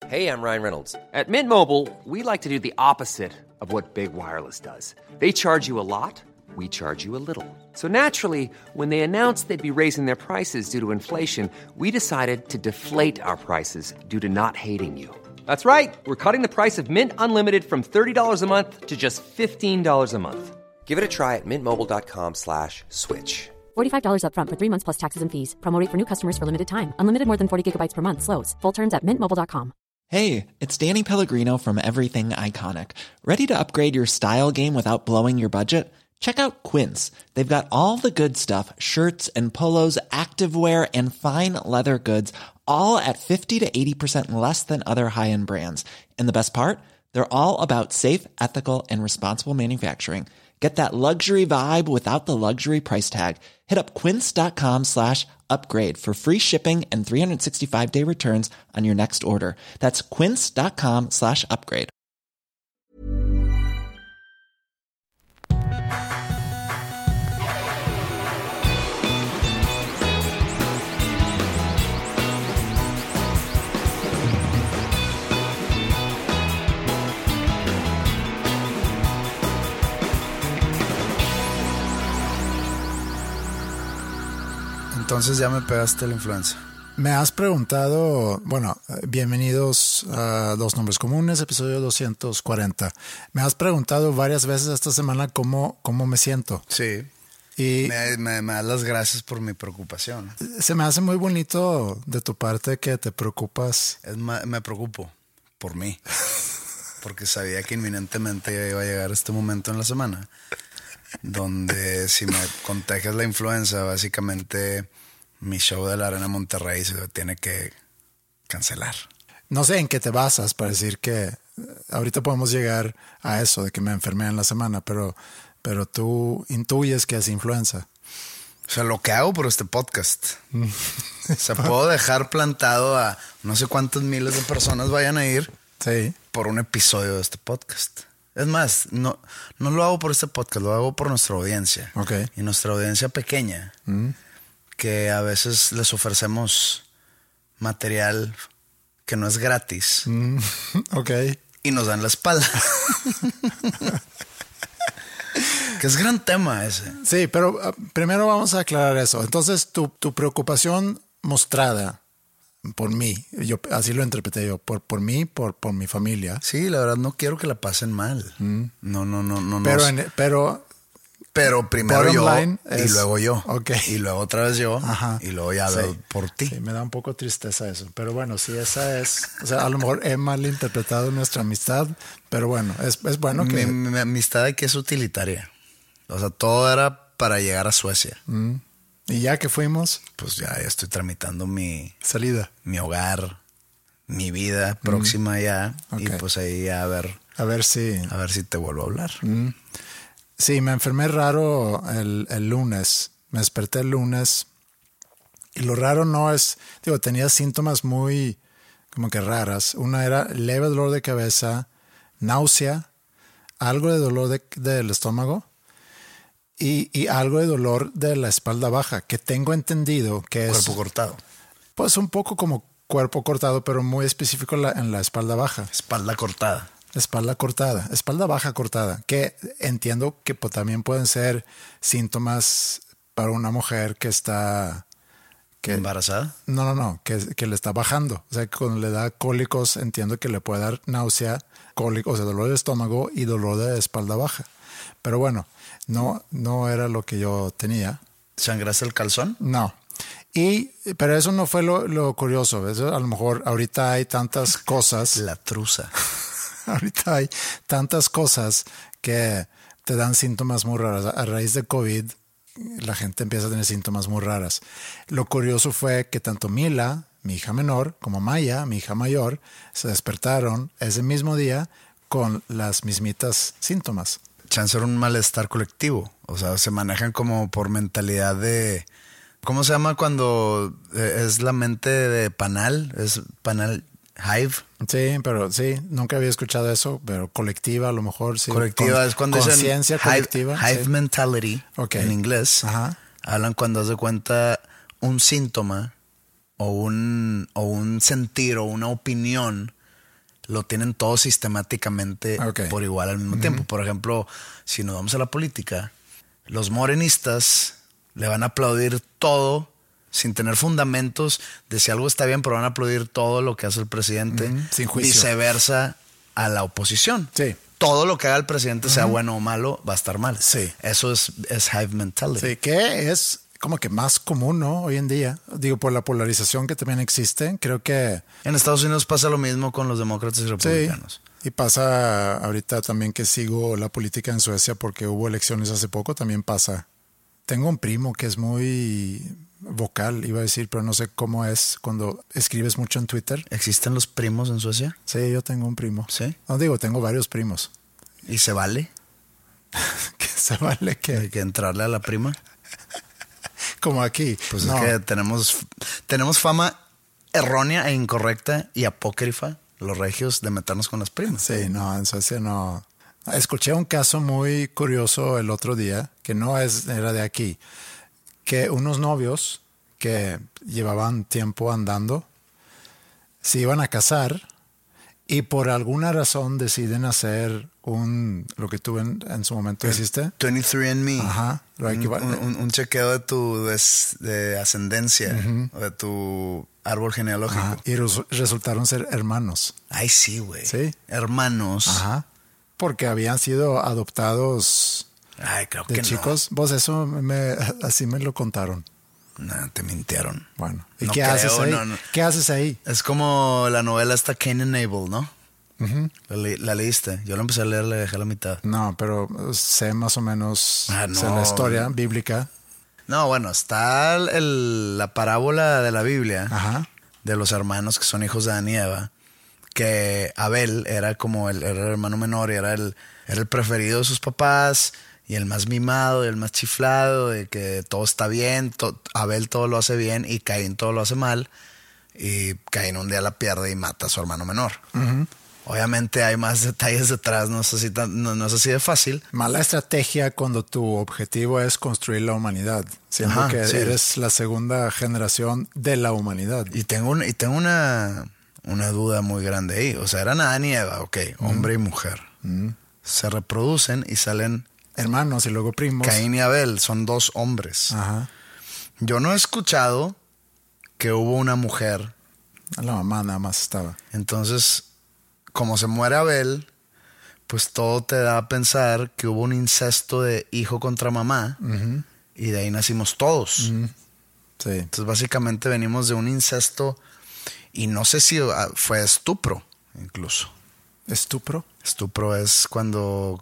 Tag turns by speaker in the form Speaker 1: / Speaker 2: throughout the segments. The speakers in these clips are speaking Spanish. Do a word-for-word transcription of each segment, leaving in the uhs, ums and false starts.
Speaker 1: Hey, I'm Ryan Reynolds. At Mint Mobile, we like to do the opposite of what Big Wireless does. They charge you a lot, we charge you a little. So naturally, when they announced they'd be raising their prices due to inflation, we decided to deflate our prices due to not hating you. That's right. We're cutting the price of Mint Unlimited from thirty dollars a month to just fifteen dollars a month. Give it a try at mintmobile.com slash switch.
Speaker 2: forty-five dollars up front for three months plus taxes and fees. Promo rate for new customers for limited time. Unlimited more than forty gigabytes per month slows. Full terms at mint mobile dot com.
Speaker 3: Hey, it's Danny Pellegrino from Everything Iconic. Ready to upgrade your style game without blowing your budget? Check out Quince. They've got all the good stuff, shirts and polos, activewear, and fine leather goods, all at fifty to eighty percent less than other high-end brands. And the best part? They're all about safe, ethical, and responsible manufacturing. Get that luxury vibe without the luxury price tag. Hit up quince.com slash upgrade for free shipping and three sixty-five day returns on your next order. That's quince.com slash upgrade.
Speaker 4: Entonces ya me pegaste la influenza.
Speaker 5: Me has preguntado, bueno, bienvenidos a Dos Nombres Comunes, episodio doscientos cuarenta. Me has preguntado varias veces esta semana cómo, cómo me siento.
Speaker 4: Sí.
Speaker 5: Y
Speaker 4: me, me, me das las gracias por mi preocupación.
Speaker 5: Se me hace muy bonito de tu parte que te preocupas.
Speaker 4: Es, me preocupo por mí. Porque sabía que inminentemente iba a llegar este momento en la semana donde si me contagias la influenza, básicamente mi show de la Arena Monterrey se tiene que cancelar.
Speaker 5: No sé en qué te basas para decir que ahorita podemos llegar a eso de que me enfermé en la semana, pero, pero tú intuyes que es influenza.
Speaker 4: O sea, lo que hago por este podcast. O sea, puedo dejar plantado a no sé cuántas miles de personas vayan a ir
Speaker 5: sí.
Speaker 4: por un episodio de este podcast. Es más, no, no lo hago por este podcast, lo hago por nuestra audiencia.
Speaker 5: Okay.
Speaker 4: Y nuestra audiencia pequeña, mm. que a veces les ofrecemos material que no es gratis.
Speaker 5: Mm. Ok.
Speaker 4: Y nos dan la espalda. Que es gran tema ese.
Speaker 5: Sí, pero uh, primero vamos a aclarar eso. Entonces, tu, tu preocupación mostrada por mí, yo así lo interpreté yo, por, por mí, por, por mi familia.
Speaker 4: Sí, la verdad no quiero que la pasen mal. Mm. No, no, no, no.
Speaker 5: Pero,
Speaker 4: no.
Speaker 5: En, pero,
Speaker 4: pero primero yo
Speaker 5: es,
Speaker 4: y luego yo.
Speaker 5: Okay.
Speaker 4: Y luego otra vez yo.
Speaker 5: Ajá.
Speaker 4: Y luego ya veo
Speaker 5: sí.
Speaker 4: por ti.
Speaker 5: Sí, me da un poco tristeza eso. Pero bueno, sí, esa es, o sea, a lo mejor he malinterpretado nuestra amistad, pero bueno, es, es bueno que...
Speaker 4: Mi, mi amistad aquí es utilitaria. O sea, todo era para llegar a Suecia.
Speaker 5: Mm. Y ya que fuimos,
Speaker 4: pues ya, ya estoy tramitando mi
Speaker 5: salida,
Speaker 4: mi hogar, mi vida próxima mm. ya. Okay. Y pues ahí ya a ver,
Speaker 5: a ver si,
Speaker 4: a ver si te vuelvo a hablar.
Speaker 5: Mm. Sí, me enfermé raro el, el lunes. Me desperté el lunes y lo raro no es, digo, tenía síntomas muy como que raras. Una era leve dolor de cabeza, náusea, algo de dolor de, del estómago. Y, y algo de dolor de la espalda baja, que tengo entendido que es...
Speaker 4: Cuerpo cortado.
Speaker 5: Pues un poco como cuerpo cortado, pero muy específico en la, en la espalda baja.
Speaker 4: Espalda cortada.
Speaker 5: Espalda cortada, espalda baja cortada, que entiendo que pues, también pueden ser síntomas para una mujer que está... Que,
Speaker 4: ¿embarazada?
Speaker 5: No, no, no, que, que le está bajando. O sea, que cuando le da cólicos, entiendo que le puede dar náusea, cólicos, o sea, dolor de estómago y dolor de espalda baja. Pero bueno... No, no era lo que yo tenía.
Speaker 4: ¿Sangraste el calzón?
Speaker 5: No. Y, pero eso no fue lo, lo curioso. Eso, a lo mejor ahorita hay tantas cosas.
Speaker 4: La truza.
Speaker 5: Ahorita hay tantas cosas que te dan síntomas muy raros. A raíz de COVID, la gente empieza a tener síntomas muy raras. Lo curioso fue que tanto Mila, mi hija menor, como Maya, mi hija mayor, se despertaron ese mismo día con las mismitas síntomas.
Speaker 4: Chance era un malestar colectivo. O sea, se manejan como por mentalidad de... ¿Cómo se llama cuando es la mente de panal? Es panal hive.
Speaker 5: Sí, pero sí, nunca había escuchado eso, pero colectiva a lo mejor sí.
Speaker 4: Colectiva
Speaker 5: Con,
Speaker 4: es cuando dicen
Speaker 5: conciencia colectiva.
Speaker 4: Hive, hive
Speaker 5: sí.
Speaker 4: mentality
Speaker 5: okay.
Speaker 4: En inglés.
Speaker 5: Ajá.
Speaker 4: Hablan cuando haz de cuenta un síntoma o un, o un sentir o una opinión lo tienen todo sistemáticamente
Speaker 5: Okay.
Speaker 4: por igual al mismo uh-huh. tiempo. Por ejemplo, si nos vamos a la política, los morenistas le van a aplaudir todo sin tener fundamentos de si algo está bien, pero van a aplaudir todo lo que hace el presidente.
Speaker 5: Uh-huh. Sin juicio.
Speaker 4: Viceversa a la oposición.
Speaker 5: Sí.
Speaker 4: Todo lo que haga el presidente, uh-huh. sea bueno o malo, va a estar mal.
Speaker 5: Sí.
Speaker 4: Eso es, es hive mentality.
Speaker 5: Sí, que es como que más común, ¿no? Hoy en día. Digo, por la polarización que también existe, creo que...
Speaker 4: En Estados Unidos pasa lo mismo con los demócratas y republicanos.
Speaker 5: Sí, y pasa ahorita también que sigo la política en Suecia porque hubo elecciones hace poco, también pasa. Tengo un primo que es muy vocal, iba a decir, pero no sé cómo es cuando escribes mucho en Twitter.
Speaker 4: ¿Existen los primos en Suecia?
Speaker 5: Sí, yo tengo un primo.
Speaker 4: ¿Sí?
Speaker 5: No digo, tengo varios primos.
Speaker 4: ¿Y se vale?
Speaker 5: ¿Qué se vale que
Speaker 4: ¿Hay que entrarle a la prima?
Speaker 5: Como aquí.
Speaker 4: Pues
Speaker 5: no.
Speaker 4: es que tenemos, tenemos fama errónea e incorrecta y apócrifa, los regios, de meternos con las primas.
Speaker 5: Sí, no, en Suecia no. Escuché un caso muy curioso el otro día, que no es, era de aquí, que unos novios que llevaban tiempo andando se iban a casar y por alguna razón deciden hacer un, lo que tú en, en su momento hiciste.
Speaker 4: veintitrés and me.
Speaker 5: Ajá. Lo
Speaker 4: un, un, un, un chequeo de tu des, de ascendencia, uh-huh. o de tu árbol genealógico.
Speaker 5: Ajá. Y res, resultaron ser hermanos.
Speaker 4: Ay, sí, güey.
Speaker 5: Sí.
Speaker 4: Hermanos.
Speaker 5: Ajá. Porque habían sido adoptados.
Speaker 4: Ay, creo
Speaker 5: de
Speaker 4: que
Speaker 5: chicos.
Speaker 4: No.
Speaker 5: Vos eso me, así me lo contaron.
Speaker 4: No, te mintieron.
Speaker 5: Bueno. ¿Y
Speaker 4: no
Speaker 5: qué
Speaker 4: creo,
Speaker 5: haces ahí?
Speaker 4: No, no.
Speaker 5: ¿Qué haces ahí?
Speaker 4: Es como la novela esta Cain and Abel, ¿no?
Speaker 5: Uh-huh.
Speaker 4: La, le la leíste. Yo la empecé a leer, la dejé a la mitad.
Speaker 5: No, pero sé más o menos
Speaker 4: ah, no.
Speaker 5: sé la historia bíblica.
Speaker 4: No, bueno, está el, la parábola de la Biblia.
Speaker 5: Ajá.
Speaker 4: De los hermanos que son hijos de Adán y Eva. Que Abel era como el, era el hermano menor y era el, era el preferido de sus papás y el más mimado y el más chiflado, de que todo está bien, to, Abel todo lo hace bien y Caín todo lo hace mal, y Caín un día la pierde y mata a su hermano menor. Uh-huh. Obviamente hay más detalles detrás, no es, así tan, no, no es así de fácil.
Speaker 5: Mala estrategia cuando tu objetivo es construir la humanidad, siendo Ajá, que sí. eres la segunda generación de la humanidad.
Speaker 4: Y tengo, un, y tengo una... una duda muy grande ahí. O sea, eran Adán y Eva, ok, hombre mm. y mujer. Mm. Se reproducen y salen
Speaker 5: hermanos y luego primos.
Speaker 4: Caín y Abel, son dos hombres.
Speaker 5: Ajá.
Speaker 4: Yo no he escuchado que hubo una mujer.
Speaker 5: La mamá nada más estaba.
Speaker 4: Entonces, como se muere Abel, pues todo te da a pensar que hubo un incesto de hijo contra mamá, uh-huh. y de ahí nacimos todos.
Speaker 5: Uh-huh. Sí.
Speaker 4: Entonces, básicamente venimos de un incesto. Y no sé si fue estupro, incluso.
Speaker 5: ¿Estupro?
Speaker 4: Estupro es cuando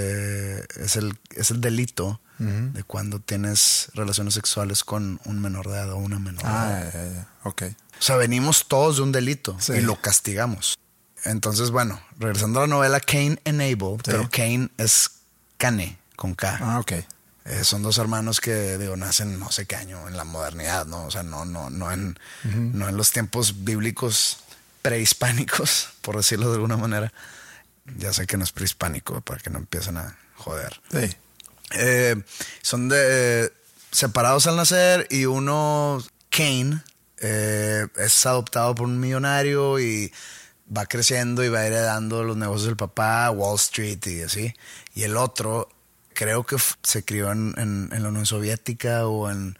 Speaker 4: eh, es, el, es el delito uh-huh. de cuando tienes relaciones sexuales con un menor de edad o una menor
Speaker 5: ah,
Speaker 4: de edad.
Speaker 5: Ya, ya, ya. Ok.
Speaker 4: O sea, venimos todos de un delito sí. y lo castigamos. Entonces, bueno, regresando a la novela Cain and Abel, sí. pero Cain es Cane, con K.
Speaker 5: Ah, ok.
Speaker 4: Eh, son dos hermanos que, digo, nacen no sé qué año en la modernidad, ¿no? O sea, no, no, no, en, uh-huh. no en los tiempos bíblicos prehispánicos, por decirlo de alguna manera. Ya sé que no es prehispánico, para que no empiecen a joder.
Speaker 5: Sí.
Speaker 4: Eh, son de eh, separados al nacer y uno, Cain, eh, es adoptado por un millonario y va creciendo y va heredando los negocios del papá, Wall Street y así. Y el otro... creo que se crió en, en, en la Unión Soviética o en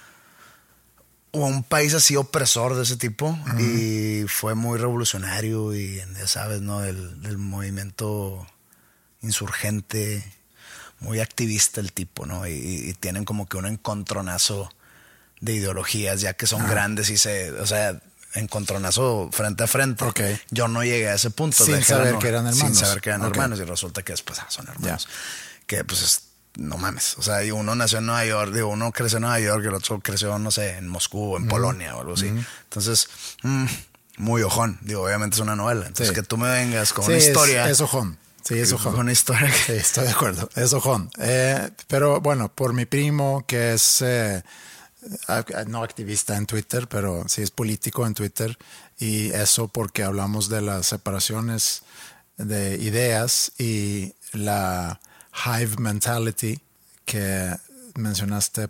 Speaker 4: o un país así opresor de ese tipo. Uh-huh. Y fue muy revolucionario y ya sabes, ¿no? Del, del movimiento insurgente, muy activista el tipo, ¿no? Y, y tienen como que un encontronazo de ideologías ya que son uh-huh. grandes y se, o sea, encontronazo frente a frente.
Speaker 5: Okay.
Speaker 4: Yo no llegué a ese punto.
Speaker 5: Sin saber que eran hermanos.
Speaker 4: Sin saber que eran
Speaker 5: okay.
Speaker 4: hermanos y resulta que después ah, son hermanos.
Speaker 5: Yeah.
Speaker 4: Que pues es, no mames, o sea, uno nació en Nueva York, digo, uno creció en Nueva York y el otro creció, no sé, en Moscú o en mm. Polonia o algo así. Mm. Entonces, mmm, muy ojón, digo, obviamente es una novela. Entonces, sí. que tú me vengas con
Speaker 5: sí,
Speaker 4: una historia.
Speaker 5: Es, es ojón, sí, es ojón.
Speaker 4: Con una historia. Que...
Speaker 5: Sí, estoy de acuerdo, es ojón. Eh, pero bueno, por mi primo, que es eh, no activista en Twitter, pero sí es político en Twitter, y eso porque hablamos de las separaciones de ideas y la hive mentality que mencionaste,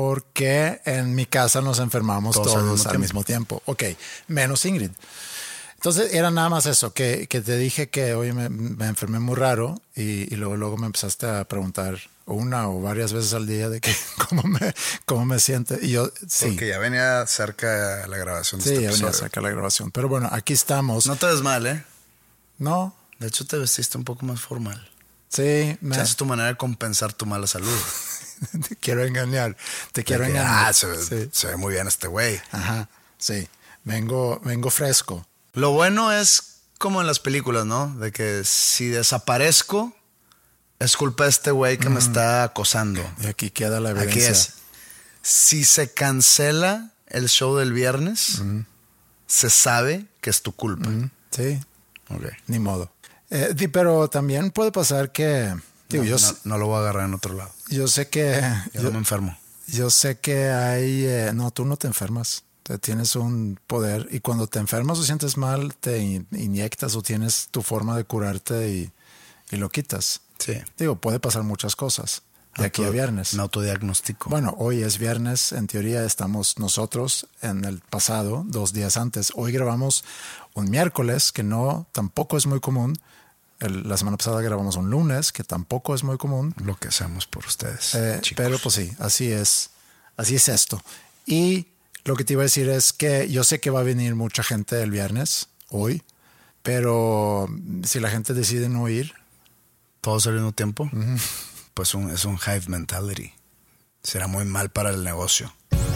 Speaker 5: porque en mi casa nos enfermamos todos, todos al, mismo, al mismo tiempo. Ok, menos Ingrid. Entonces era nada más eso, que, que te dije que hoy me, me enfermé muy raro y, y luego, luego me empezaste a preguntar una o varias veces al día de que cómo me, cómo me siente. Y yo, sí.
Speaker 4: Porque ya venía cerca la grabación de
Speaker 5: Sí,
Speaker 4: este
Speaker 5: ya venía
Speaker 4: episodio.
Speaker 5: cerca la grabación. Pero bueno, aquí estamos.
Speaker 4: No te ves mal, ¿eh?
Speaker 5: No,
Speaker 4: De hecho, te vestiste un poco más formal.
Speaker 5: sí, me,
Speaker 4: Esa es tu manera de compensar tu mala salud.
Speaker 5: te quiero engañar. Te quiero
Speaker 4: De que,
Speaker 5: engañar.
Speaker 4: ah, se, ve-
Speaker 5: Sí.
Speaker 4: se ve muy bien este güey.
Speaker 5: Ajá, sí. Vengo, vengo fresco.
Speaker 4: Lo bueno es como en las películas, ¿no? De que si desaparezco, es culpa de este güey que me está acosando.
Speaker 5: Y aquí queda la
Speaker 4: Aquí
Speaker 5: evidencia.
Speaker 4: es. Si se cancela el show del viernes, se sabe que es tu culpa.
Speaker 5: Sí,
Speaker 4: Ok.
Speaker 5: ni modo. Eh, di- pero también puede pasar que... Digo,
Speaker 4: no,
Speaker 5: yo,
Speaker 4: no,
Speaker 5: s-
Speaker 4: no lo voy a agarrar en otro lado.
Speaker 5: yo sé que...
Speaker 4: Yo,
Speaker 5: Yo,
Speaker 4: no me enfermo.
Speaker 5: yo sé que hay... eh, no, tú no te enfermas. Te- tienes un poder. Y cuando te enfermas o sientes mal, te in- inyectas o tienes tu forma de curarte y, y lo quitas.
Speaker 4: Sí.
Speaker 5: Digo, puede pasar muchas cosas. De aquí a
Speaker 4: Auto-
Speaker 5: viernes.
Speaker 4: Me autodiagnostico.
Speaker 5: Bueno, hoy es viernes, en teoría estamos nosotros en el pasado, dos días antes. Hoy grabamos un miércoles, que no, tampoco es muy común. El- la semana pasada grabamos un lunes, que tampoco es muy común.
Speaker 4: Lo que hacemos por ustedes,
Speaker 5: Eh,
Speaker 4: chicos.
Speaker 5: pero pues sí, así es, así es esto. Y lo que te iba a decir es que yo sé que va a venir mucha gente el viernes, hoy, pero si la gente decide no ir,
Speaker 4: Todos al mismo tiempo, pues un- es un hive mentality. Será muy mal para el negocio.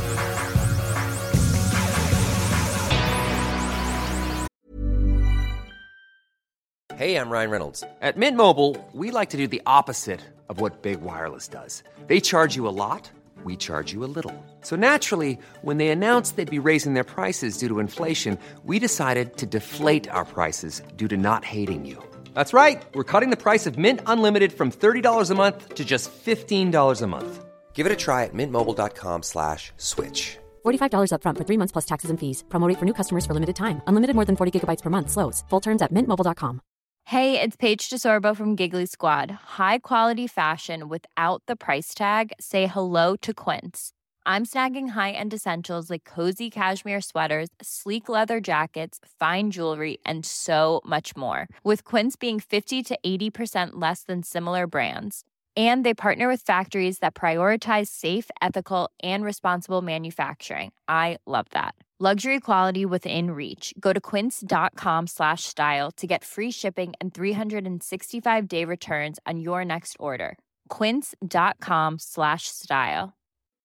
Speaker 1: Hey, I'm Ryan Reynolds. At Mint Mobile, we like to do the opposite of what Big Wireless does. They charge you a lot, we charge you a little. So naturally, when they announced they'd be raising their prices due to inflation, we decided to deflate our prices due to not hating you. That's right. We're cutting the price of Mint Unlimited from thirty dollars a month to just fifteen dollars a month. Give it a try at mintmobile.com slash switch.
Speaker 2: forty-five dollars up front for three months plus taxes and fees. Promo rate for new customers for limited time. Unlimited more than forty gigabytes per month slows. Full terms at mint mobile dot com.
Speaker 6: Hey, it's Paige DeSorbo from Giggly Squad. High quality fashion without the price tag. Say hello to Quince. I'm snagging high-end essentials like cozy cashmere sweaters, sleek leather jackets, fine jewelry, and so much more. With Quince being fifty to eighty percent less than similar brands. And they partner with factories that prioritize safe, ethical, and responsible manufacturing. I love that. Luxury quality within reach. Go to quince.com slash style to get free shipping and three sixty-five day returns on your next order. Quince.com slash style.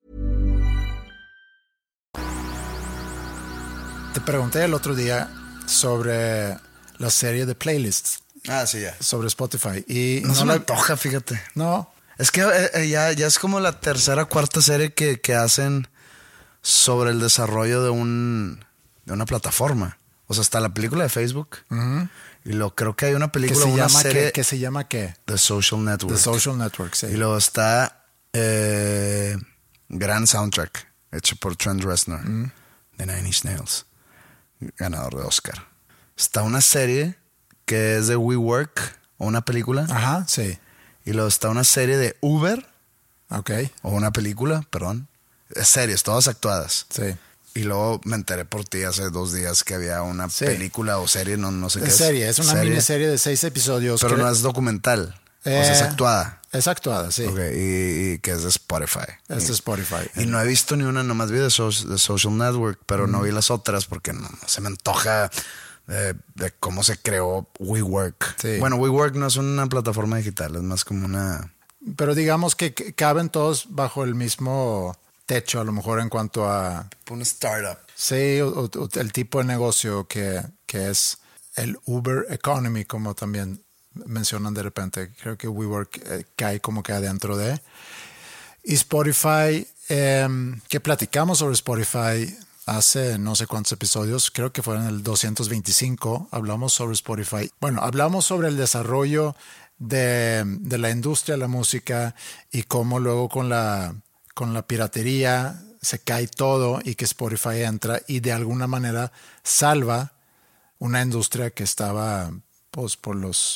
Speaker 5: te pregunté el otro día sobre la serie de playlists,
Speaker 4: Ah, sí, ya.
Speaker 5: sobre Spotify. Y
Speaker 4: No, se me
Speaker 5: la-
Speaker 4: antoja, fíjate.
Speaker 5: No,
Speaker 4: Es que eh, eh, ya, ya es como la tercera cuarta serie que, que hacen sobre el desarrollo de un de una plataforma. O sea, está la película de Facebook. Y luego creo que hay una
Speaker 5: que
Speaker 4: película,
Speaker 5: se,
Speaker 4: una
Speaker 5: llama
Speaker 4: serie
Speaker 5: que, que se llama ¿qué?
Speaker 4: de Social Network.
Speaker 5: The Social Network, sí.
Speaker 4: Y luego está eh, gran soundtrack hecho por Trent Reznor de Nine Inch Nails, ganador de Oscar. Está una serie que es de WeWork, o una película.
Speaker 5: Ajá, sí.
Speaker 4: Y luego está una serie de Uber,
Speaker 5: Ok,
Speaker 4: o una película, perdón. Es series, todas actuadas.
Speaker 5: sí.
Speaker 4: Y luego me enteré por ti hace dos días que había una
Speaker 5: Sí.
Speaker 4: película o serie, no, no sé qué
Speaker 5: Es
Speaker 4: es.
Speaker 5: serie, es una
Speaker 4: Serie,
Speaker 5: miniserie de seis episodios.
Speaker 4: Pero
Speaker 5: que-
Speaker 4: no es documental. o sea, es
Speaker 5: Eh,
Speaker 4: actuada.
Speaker 5: Es actuada, sí.
Speaker 4: Ok, y, y que es de Spotify.
Speaker 5: Es de Spotify.
Speaker 4: Y no he visto ni una, nomás vi de, so- de Social Network, pero no vi las otras porque no, no se me antoja de, de cómo se creó WeWork.
Speaker 5: Sí.
Speaker 4: Bueno, WeWork no es una plataforma digital, es más como una...
Speaker 5: Pero digamos que que caben todos bajo el mismo techo, a lo mejor en cuanto a...
Speaker 4: Una startup.
Speaker 5: Sí, o, o- o el tipo de negocio que, que es el Uber Economy, como también mencionan de repente. Creo que WeWork eh, cae como que adentro de. Y Spotify, eh, que platicamos sobre Spotify hace no sé cuántos episodios, creo que fueron el doscientos veinticinco, hablamos sobre Spotify. Bueno, hablamos sobre el desarrollo de, de la industria de la música y cómo luego con la, con la piratería se cae todo y que Spotify entra y de alguna manera salva una industria que estaba pues por los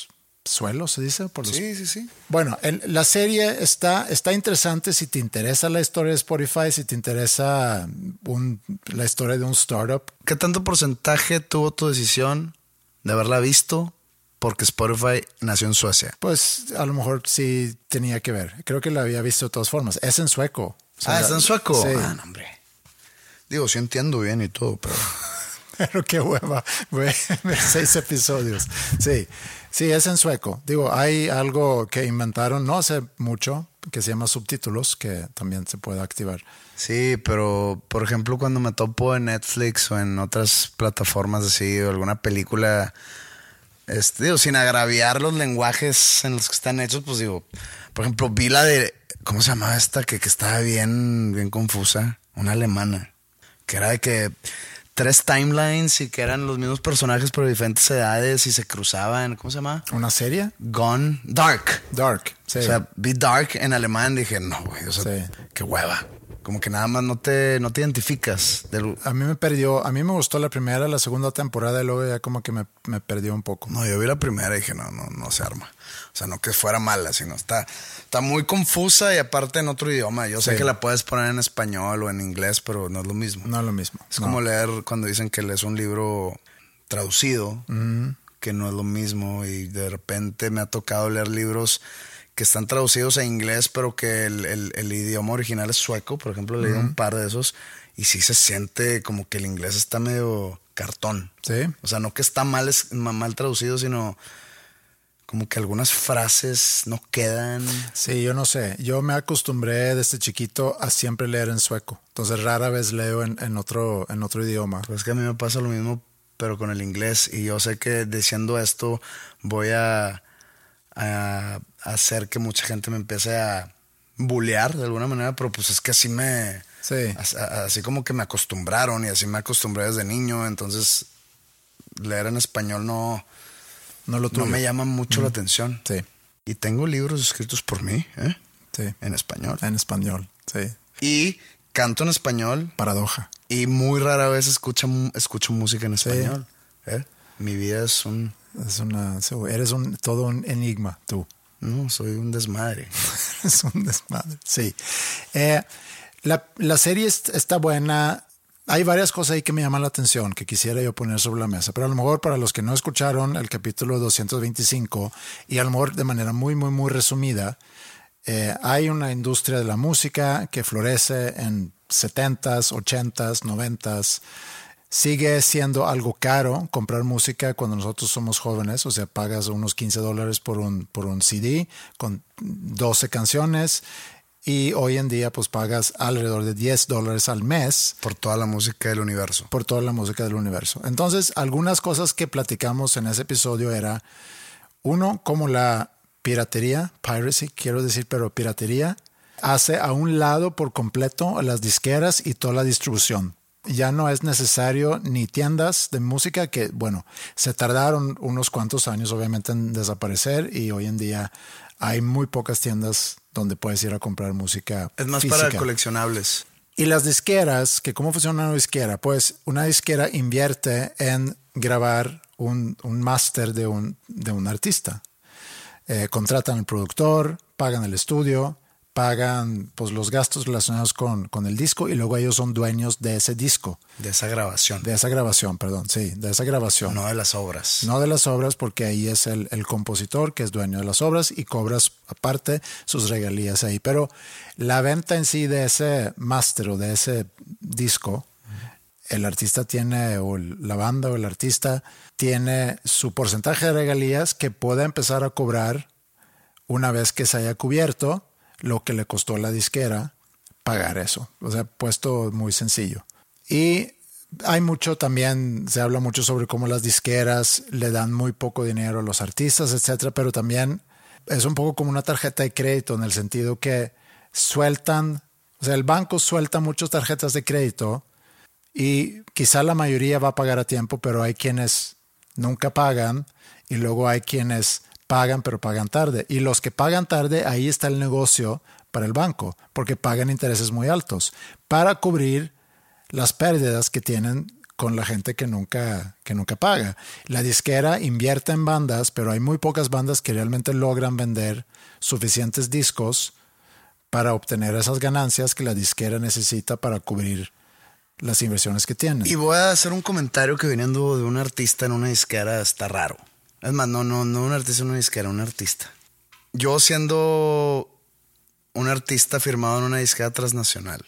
Speaker 5: suelo, se dice. Por los...
Speaker 4: Sí, sí, sí.
Speaker 5: Bueno, el, la serie está, está interesante si te interesa la historia de Spotify, si te interesa un, la historia de un startup.
Speaker 4: ¿Qué tanto porcentaje tuvo tu decisión de haberla visto porque Spotify nació en Suecia?
Speaker 5: Pues a lo mejor sí tenía que ver. Creo que la había visto de todas formas. Es en sueco. O sea,
Speaker 4: ah, ¿es en sueco?
Speaker 5: Sí.
Speaker 4: Ah, no, hombre. Digo, sí entiendo bien y todo, pero...
Speaker 5: Pero qué hueva, güey, ver seis episodios. Sí, sí, es en sueco. Digo, hay algo que inventaron no hace mucho que se llama subtítulos, que también se puede activar.
Speaker 4: Sí, pero por ejemplo, cuando me topo en Netflix o en otras plataformas así, o alguna película, este, digo, sin agraviar los lenguajes en los que están hechos, pues digo, por ejemplo, vi la de, ¿cómo se llamaba esta? Que, que estaba bien, bien confusa, una alemana, que era de que tres timelines y que eran los mismos personajes pero de diferentes edades y se cruzaban. ¿Cómo se llama?
Speaker 5: ¿Una serie?
Speaker 4: Gone Dark.
Speaker 5: Dark, sí.
Speaker 4: O sea, vi Dark en alemán, dije, no, güey, o sea,
Speaker 5: sí.
Speaker 4: Qué hueva. Como que nada más no te, no te identificas. Del...
Speaker 5: A mí me perdió, a mí me gustó la primera, la segunda temporada y luego ya como que me, me perdió un poco.
Speaker 4: No, yo vi la primera y dije, no, no, no se arma. O sea, no que fuera mala, sino está, está muy confusa y aparte en otro idioma. Yo sé
Speaker 5: sí.
Speaker 4: que la puedes poner en español o en inglés, pero no es lo mismo.
Speaker 5: No es lo mismo.
Speaker 4: Es
Speaker 5: no.
Speaker 4: como leer cuando dicen que lees un libro traducido,
Speaker 5: mm.
Speaker 4: que no es lo mismo. Y de repente me ha tocado leer libros que están traducidos a inglés, pero que el, el, el idioma original es sueco. Por ejemplo, he leído mm. un par de esos y sí se siente como que el inglés está medio cartón.
Speaker 5: Sí.
Speaker 4: O sea, no que está mal, mal traducido, sino... como que algunas frases no quedan.
Speaker 5: Sí, yo no sé. Yo me acostumbré desde chiquito a siempre leer en sueco. Entonces rara vez leo en, en, otro, en otro idioma.
Speaker 4: Pues es que a mí me pasa lo mismo, pero con el inglés. Y yo sé que diciendo esto voy a, a, a hacer que mucha gente me empiece a bullear de alguna manera, pero pues es que así me...
Speaker 5: Sí.
Speaker 4: Así, así como que me acostumbraron y así me acostumbré desde niño. Entonces leer en español no...
Speaker 5: No, lo
Speaker 4: no me llama mucho mm. la atención.
Speaker 5: Sí.
Speaker 4: Y tengo libros escritos por mí, ¿eh?
Speaker 5: Sí.
Speaker 4: En español.
Speaker 5: En español, sí.
Speaker 4: Y canto en español.
Speaker 5: Paradoja.
Speaker 4: Y muy rara vez escucho, escucho música en español. Sí. ¿Eh? Mi vida es un...
Speaker 5: Es una... Eres un, todo un enigma, tú.
Speaker 4: No, soy un desmadre.
Speaker 5: Es un desmadre, sí. Eh, la, la serie está buena... Hay varias cosas ahí que me llaman la atención que quisiera yo poner sobre la mesa, pero a lo mejor para los que no escucharon el capítulo doscientos veinticinco y a lo mejor de manera muy, muy, muy resumida, eh, hay una industria de la música que florece en setentas, ochentas, noventas. Sigue siendo algo caro comprar música cuando nosotros somos jóvenes, o sea, pagas unos quince dólares por un, por un C D con doce canciones. Y hoy en día pues pagas alrededor de diez dólares al mes.
Speaker 4: Por toda la música del universo.
Speaker 5: Por toda la música del universo. Entonces, algunas cosas que platicamos en ese episodio era, uno, como la piratería, piracy, quiero decir, pero piratería, hace a un lado por completo a las disqueras y toda la distribución. Ya no es necesario ni tiendas de música que, bueno, se tardaron unos cuantos años obviamente en desaparecer y hoy en día hay muy pocas tiendas donde puedes ir a comprar música.
Speaker 4: Es más
Speaker 5: física.
Speaker 4: Para coleccionables.
Speaker 5: Y las disqueras, que ¿cómo funciona una disquera? Pues una disquera invierte en grabar un, un máster de un, de un artista. Eh, contratan al productor, pagan el estudio, pagan pues, los gastos relacionados con, con el disco y luego ellos son dueños de ese disco.
Speaker 4: De esa grabación.
Speaker 5: De esa grabación, perdón, sí, de esa grabación.
Speaker 4: No de las obras.
Speaker 5: No de las obras porque ahí es el, el compositor que es dueño de las obras y cobras aparte sus regalías ahí. Pero la venta en sí de ese máster o de ese disco, el artista tiene, o la banda o el artista tiene su porcentaje de regalías que puede empezar a cobrar una vez que se haya cubierto lo que le costó a la disquera pagar eso. O sea, puesto muy sencillo. Y hay mucho también, se habla mucho sobre cómo las disqueras le dan muy poco dinero a los artistas, etcétera, pero también es un poco como una tarjeta de crédito en el sentido que sueltan, o sea, el banco suelta muchas tarjetas de crédito y quizá la mayoría va a pagar a tiempo, pero hay quienes nunca pagan y luego hay quienes pagan pero pagan tarde. Y los que pagan tarde, ahí está el negocio para el banco, porque pagan intereses muy altos para cubrir las pérdidas que tienen con la gente que nunca, que nunca paga. La disquera invierte en bandas, pero hay muy pocas bandas que realmente logran vender suficientes discos para obtener esas ganancias que la disquera necesita para cubrir las inversiones que tienen.
Speaker 4: Y voy a hacer un comentario que viniendo de un artista en una disquera está raro. Es más, no, no, no un artista en una disquera, un artista. Yo siendo un artista firmado en una disquera transnacional,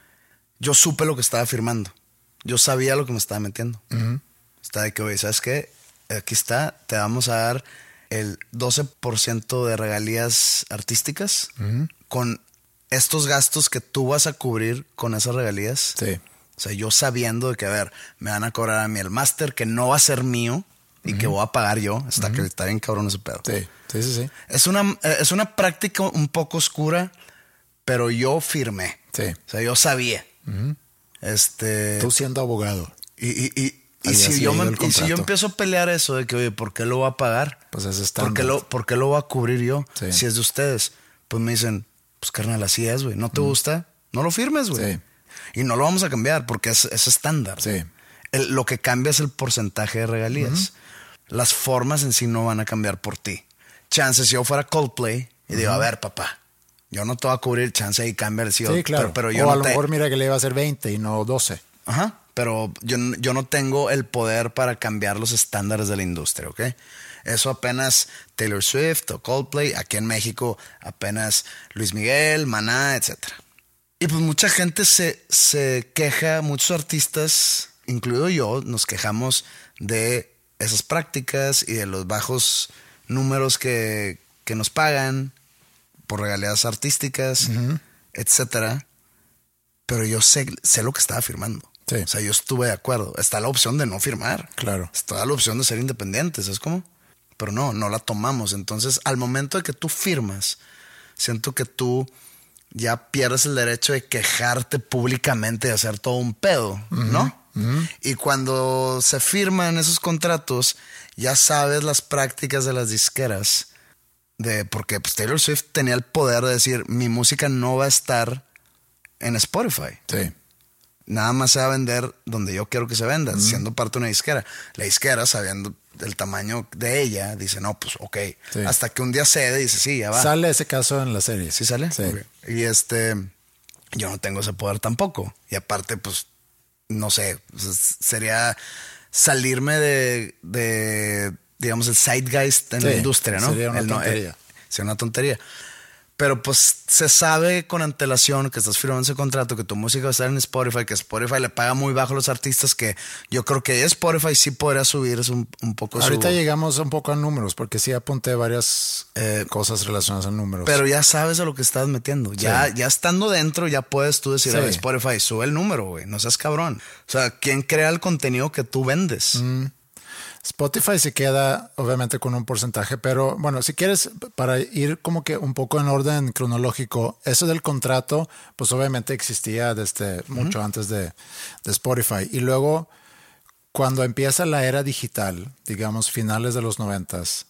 Speaker 4: yo supe lo que estaba firmando. Yo sabía lo que me estaba metiendo. Uh-huh. Está de que, oye, ¿sabes qué? Aquí está, te vamos a dar el doce por ciento de regalías artísticas uh-huh. con estos gastos que tú vas a cubrir con esas regalías.
Speaker 5: Sí.
Speaker 4: O sea, yo sabiendo de que, a ver, me van a cobrar a mí el máster que no va a ser mío y uh-huh. que voy a pagar yo. Está uh-huh. que está bien cabrón ese pedo.
Speaker 5: Sí, sí, sí, sí.
Speaker 4: Es una, es una práctica un poco oscura, pero yo firmé.
Speaker 5: Sí.
Speaker 4: O sea, yo sabía. Uh-huh. Este...
Speaker 5: Tú siendo abogado.
Speaker 4: Y, y, y, y, si yo me, y si yo empiezo a pelear eso de que, oye, ¿por qué lo voy a pagar?
Speaker 5: Pues es estándar.
Speaker 4: ¿Por qué lo, por qué lo voy a cubrir yo?
Speaker 5: Sí.
Speaker 4: Si es de ustedes. Pues me dicen, pues carnal, así es, güey. ¿No te uh-huh. gusta? No lo firmes, güey. Sí. Y no lo vamos a cambiar porque es, es estándar.
Speaker 5: Sí.
Speaker 4: El, lo que cambia es el porcentaje de regalías. Uh-huh. Las formas en sí no van a cambiar por ti. Chances, si yo fuera Coldplay y uh-huh. digo, a ver, papá, yo no te voy a cubrir, chance y cambia. Sí,
Speaker 5: sí, claro.
Speaker 4: Pero, pero yo
Speaker 5: o
Speaker 4: no
Speaker 5: a lo
Speaker 4: te...
Speaker 5: mejor mira que le iba a hacer veinte y no doce.
Speaker 4: Ajá. Pero yo, yo no tengo el poder para cambiar los estándares de la industria, ¿ok? Eso apenas Taylor Swift o Coldplay. Aquí en México apenas Luis Miguel, Maná, etcétera. Y pues mucha gente se, se queja, muchos artistas, incluido yo, nos quejamos de esas prácticas y de los bajos números que, que nos pagan por regalías artísticas, uh-huh. etcétera. Pero yo sé, sé lo que estaba firmando.
Speaker 5: Sí.
Speaker 4: O sea, yo estuve de acuerdo. Está la opción de no firmar.
Speaker 5: Claro.
Speaker 4: Está la opción de ser independientes, ¿sabes cómo? Pero no, no la tomamos. Entonces, al momento de que tú firmas, siento que tú ya pierdes el derecho de quejarte públicamente, de hacer todo un pedo, uh-huh, ¿no? Uh-huh. Y cuando se firman esos contratos, ya sabes las prácticas de las disqueras, de porque pues, Taylor Swift tenía el poder de decir, mi música no va a estar en Spotify.
Speaker 5: Sí.
Speaker 4: Nada más se va a vender donde yo quiero que se venda, uh-huh. siendo parte de una disquera. La disquera, sabiendo el tamaño de ella, dice, no, pues ok. Sí. Hasta que un día cede y dice, sí, ya va.
Speaker 5: ¿Sale ese caso en la serie?
Speaker 4: ¿Sí sale?
Speaker 5: Sí.
Speaker 4: Okay. Y este, yo no tengo ese poder tampoco. Y aparte, pues, no sé, sería salirme de, de digamos, el zeitgeist en sí, la industria, ¿no?
Speaker 5: Sería una
Speaker 4: el,
Speaker 5: tontería.
Speaker 4: No, eh, sería una tontería. Pero pues se sabe con antelación que estás firmando ese contrato, que tu música va a estar en Spotify, que Spotify le paga muy bajo a los artistas, que yo creo que Spotify sí podría subir un, un poco.
Speaker 5: Ahorita
Speaker 4: su...
Speaker 5: llegamos un poco a números, porque sí apunté varias eh, cosas relacionadas a números.
Speaker 4: Pero ya sabes a lo que estás metiendo. Sí. Ya, ya estando dentro, ya puedes tú decir, sí. a ver, Spotify, sube el número, güey, no seas cabrón. O sea, ¿quién crea el contenido que tú vendes?
Speaker 5: Mm. Spotify se queda obviamente con un porcentaje, pero bueno, si quieres, para ir como que un poco en orden cronológico, eso del contrato, pues obviamente existía desde uh-huh. mucho antes de, de Spotify. Y luego, cuando empieza la era digital, digamos finales de los noventas,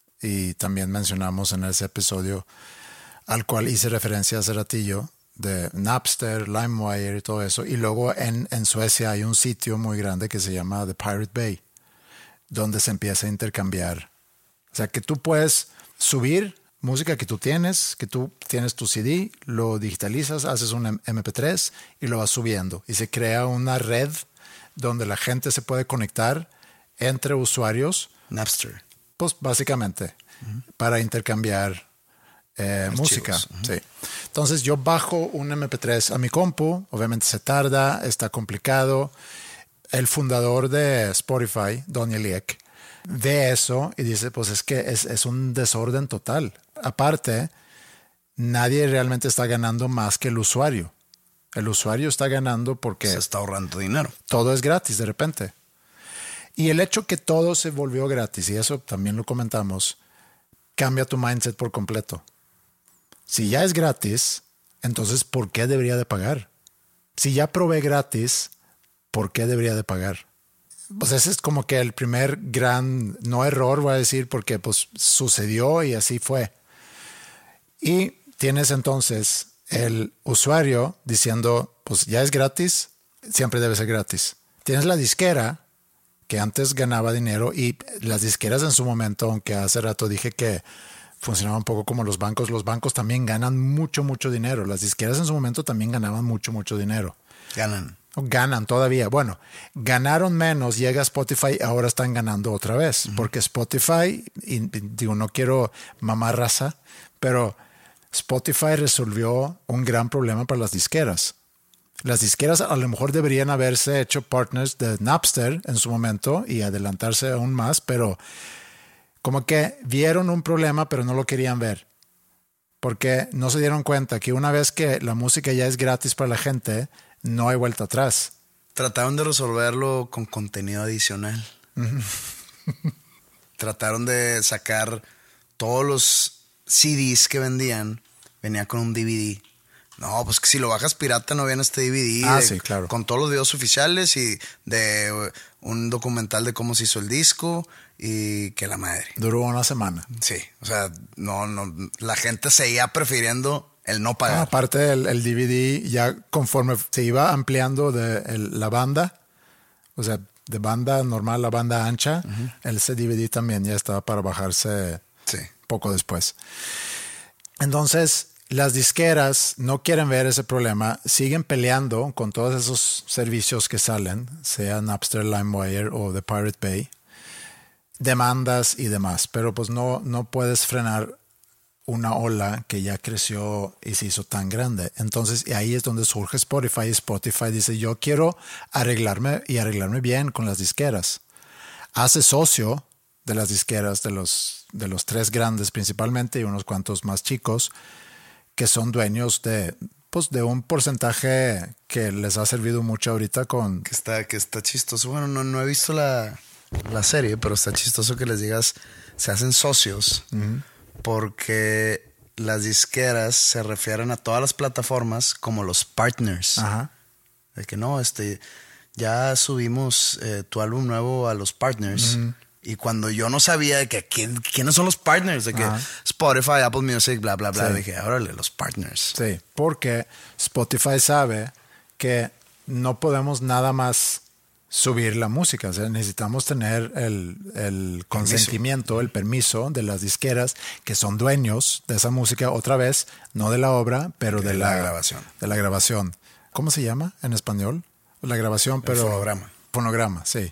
Speaker 5: y también mencionamos en ese episodio al cual hice referencia hace ratillo, de Napster, LimeWire y todo eso. Y luego en, en Suecia hay un sitio muy grande que se llama The Pirate Bay, donde se empieza a intercambiar. O sea, que tú puedes subir música que tú tienes, que tú tienes tu C D, lo digitalizas, haces un eme pe tres y lo vas subiendo. Y se crea una red donde la gente se puede conectar entre usuarios.
Speaker 4: Napster.
Speaker 5: Pues básicamente, uh-huh. para intercambiar eh, música. Uh-huh. Sí. Entonces yo bajo un eme pe tres a mi compu, obviamente se tarda, está complicado. El fundador de Spotify, Don Eliek, ve eso y dice, pues es que es, es un desorden total. Aparte, nadie realmente está ganando más que el usuario. El usuario está ganando porque...
Speaker 4: se está ahorrando dinero.
Speaker 5: Todo es gratis de repente. Y el hecho que todo se volvió gratis, y eso también lo comentamos, cambia tu mindset por completo. Si ya es gratis, entonces ¿por qué debería de pagar? Si ya probé gratis... ¿por qué debería de pagar? Pues ese es como que el primer gran, no error, voy a decir, porque pues sucedió y así fue. Y tienes entonces el usuario diciendo, pues ya es gratis, siempre debe ser gratis. tienes la disquera, que antes ganaba dinero, y las disqueras en su momento, aunque hace rato dije que funcionaba un poco como los bancos, los bancos también ganan mucho, mucho dinero. Las disqueras en su momento también ganaban mucho, mucho dinero.
Speaker 4: Ganan.
Speaker 5: Ganan todavía. Bueno, ganaron menos, llega Spotify, ahora están ganando otra vez. Uh-huh. Porque Spotify, y, digo, no quiero mamar raza, pero Spotify resolvió un gran problema para las disqueras. Las disqueras a lo mejor deberían haberse hecho partners de Napster en su momento y adelantarse aún más, pero como que vieron un problema, pero no lo querían ver. Porque no se dieron cuenta que una vez que la música ya es gratis para la gente, no hay vuelta atrás.
Speaker 4: Trataron de resolverlo con contenido adicional. Uh-huh. Trataron de sacar todos los C Ds que vendían, venía con un D V D. No, pues que si lo bajas pirata no viene este D V D.
Speaker 5: Ah,
Speaker 4: de,
Speaker 5: sí, claro.
Speaker 4: Con todos los videos oficiales y de un documental de cómo se hizo el disco y que la madre.
Speaker 5: Duró una semana.
Speaker 4: Sí, o sea, no, no, la gente seguía prefiriendo el no pagar.
Speaker 5: Ah, aparte el, el D V D, ya conforme se iba ampliando de el, la banda, o sea, de banda normal a banda ancha, uh-huh. el ese D V D también ya estaba para bajarse
Speaker 4: sí.
Speaker 5: poco después. Entonces, las disqueras no quieren ver ese problema, siguen peleando con todos esos servicios que salen, sea Napster, LimeWire o The Pirate Bay, demandas y demás, pero pues no, no puedes frenar una ola que ya creció y se hizo tan grande. Entonces, y ahí es donde surge Spotify. Spotify dice, yo quiero arreglarme y arreglarme bien con las disqueras. Hace socio de las disqueras, de los, de los tres grandes principalmente y unos cuantos más chicos, que son dueños de, pues, de un porcentaje que les ha servido mucho ahorita con...
Speaker 4: Que está, que está chistoso. Bueno, no, no he visto la, la serie, pero está chistoso que les digas, se hacen socios, uh-huh. porque las disqueras se refieren a todas las plataformas como los partners.
Speaker 5: Ajá.
Speaker 4: De que no, este, ya subimos eh, tu álbum nuevo a los partners. Uh-huh. Y cuando yo no sabía de que ¿quién, quiénes son los partners, de que uh-huh. Spotify, Apple Music, bla, bla, bla, sí. dije, órale, los partners.
Speaker 5: Sí, porque Spotify sabe que no podemos nada más subir la música. O sea, necesitamos tener el, el consentimiento, el permiso de las disqueras que son dueños de esa música, otra vez, no de la obra, pero de, de la,
Speaker 4: la grabación.
Speaker 5: De la grabación. ¿Cómo se llama en español? La grabación, pero...
Speaker 4: El fonograma.
Speaker 5: Fonograma, sí.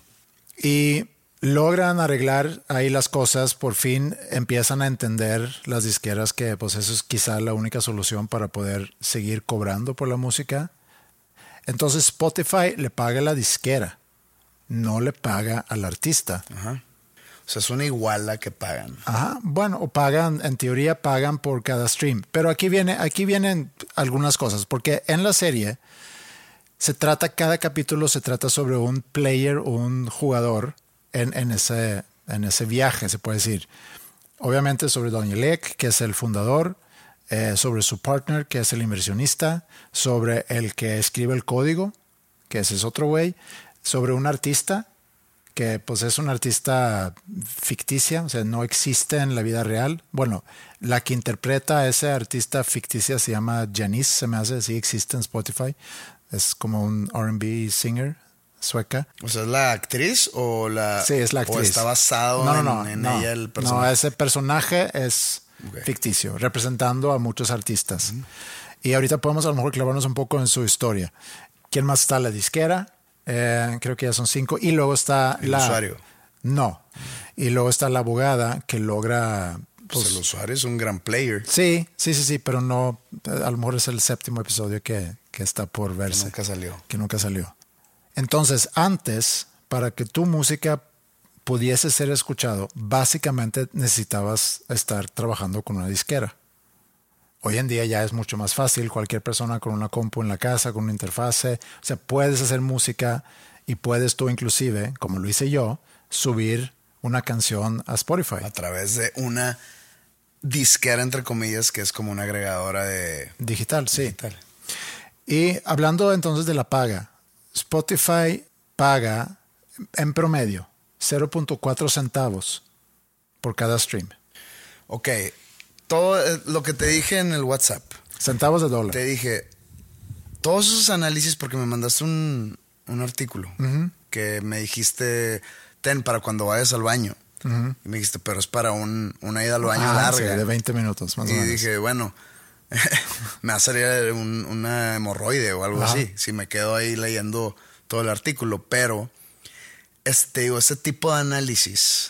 Speaker 5: Y logran arreglar ahí las cosas, por fin empiezan a entender las disqueras que pues eso es quizá la única solución para poder seguir cobrando por la música. Entonces Spotify le paga a la disquera, no le paga al artista.
Speaker 4: Ajá. O sea, es una iguala que pagan.
Speaker 5: Ajá. Bueno, o pagan, en teoría pagan por cada stream. Pero aquí viene, aquí vienen algunas cosas, porque en la serie se trata, cada capítulo se trata sobre un player o un jugador En, en, ese, en ese viaje, se puede decir. Obviamente sobre Don Yelek, que es el fundador, eh, sobre su partner, que es el inversionista, sobre el que escribe el código, que ese es otro güey, sobre un artista, que pues es un artista ficticia, o sea, no existe en la vida real. Bueno, la que interpreta a ese artista ficticia se llama Janice, se me hace, sí existe en Spotify. Es como un R and B singer sueca.
Speaker 4: O sea, ¿es la actriz o la...
Speaker 5: Sí, es la actriz.
Speaker 4: ¿O está basado
Speaker 5: no, no, no,
Speaker 4: en, en
Speaker 5: no,
Speaker 4: ella el personaje?
Speaker 5: No, ese personaje es
Speaker 4: okay.
Speaker 5: ficticio, representando a muchos artistas. Uh-huh. Y ahorita podemos a lo mejor clavarnos un poco en su historia. ¿Quién más está? La disquera, eh, creo que ya son cinco. Y luego está
Speaker 4: el
Speaker 5: la...
Speaker 4: usuario.
Speaker 5: No. Y luego está la abogada que logra...
Speaker 4: Pues, pues el usuario es un gran player.
Speaker 5: Sí, sí, sí, sí, pero no... A lo mejor es el séptimo episodio que, que está por verse.
Speaker 4: Que nunca salió.
Speaker 5: Que nunca salió. Entonces, antes, para que tu música pudiese ser escuchado, básicamente necesitabas estar trabajando con una disquera. Hoy en día ya es mucho más fácil. Cualquier persona con una compu en la casa, con una interfase, o sea, puedes hacer música y puedes tú inclusive, como lo hice yo, subir una canción a Spotify.
Speaker 4: A través de una disquera, entre comillas, que es como una agregadora de...
Speaker 5: Digital, sí.
Speaker 4: Digital.
Speaker 5: Y hablando entonces de la paga, Spotify paga en promedio cero punto cuatro centavos por cada stream.
Speaker 4: Ok, todo lo que te dije en el WhatsApp.
Speaker 5: Centavos de dólar.
Speaker 4: Te dije, todos esos análisis, porque me mandaste un, un artículo, uh-huh. que me dijiste, ten para cuando vayas al baño. Uh-huh. Y me dijiste, pero es para un, una ida al baño ah, larga.
Speaker 5: Sí, de veinte minutos, más
Speaker 4: y
Speaker 5: o menos.
Speaker 4: Y dije, bueno, me va a salir un, una hemorroide o algo Ajá. así, si me quedo ahí leyendo todo el artículo. Pero, este, digo, ese tipo de análisis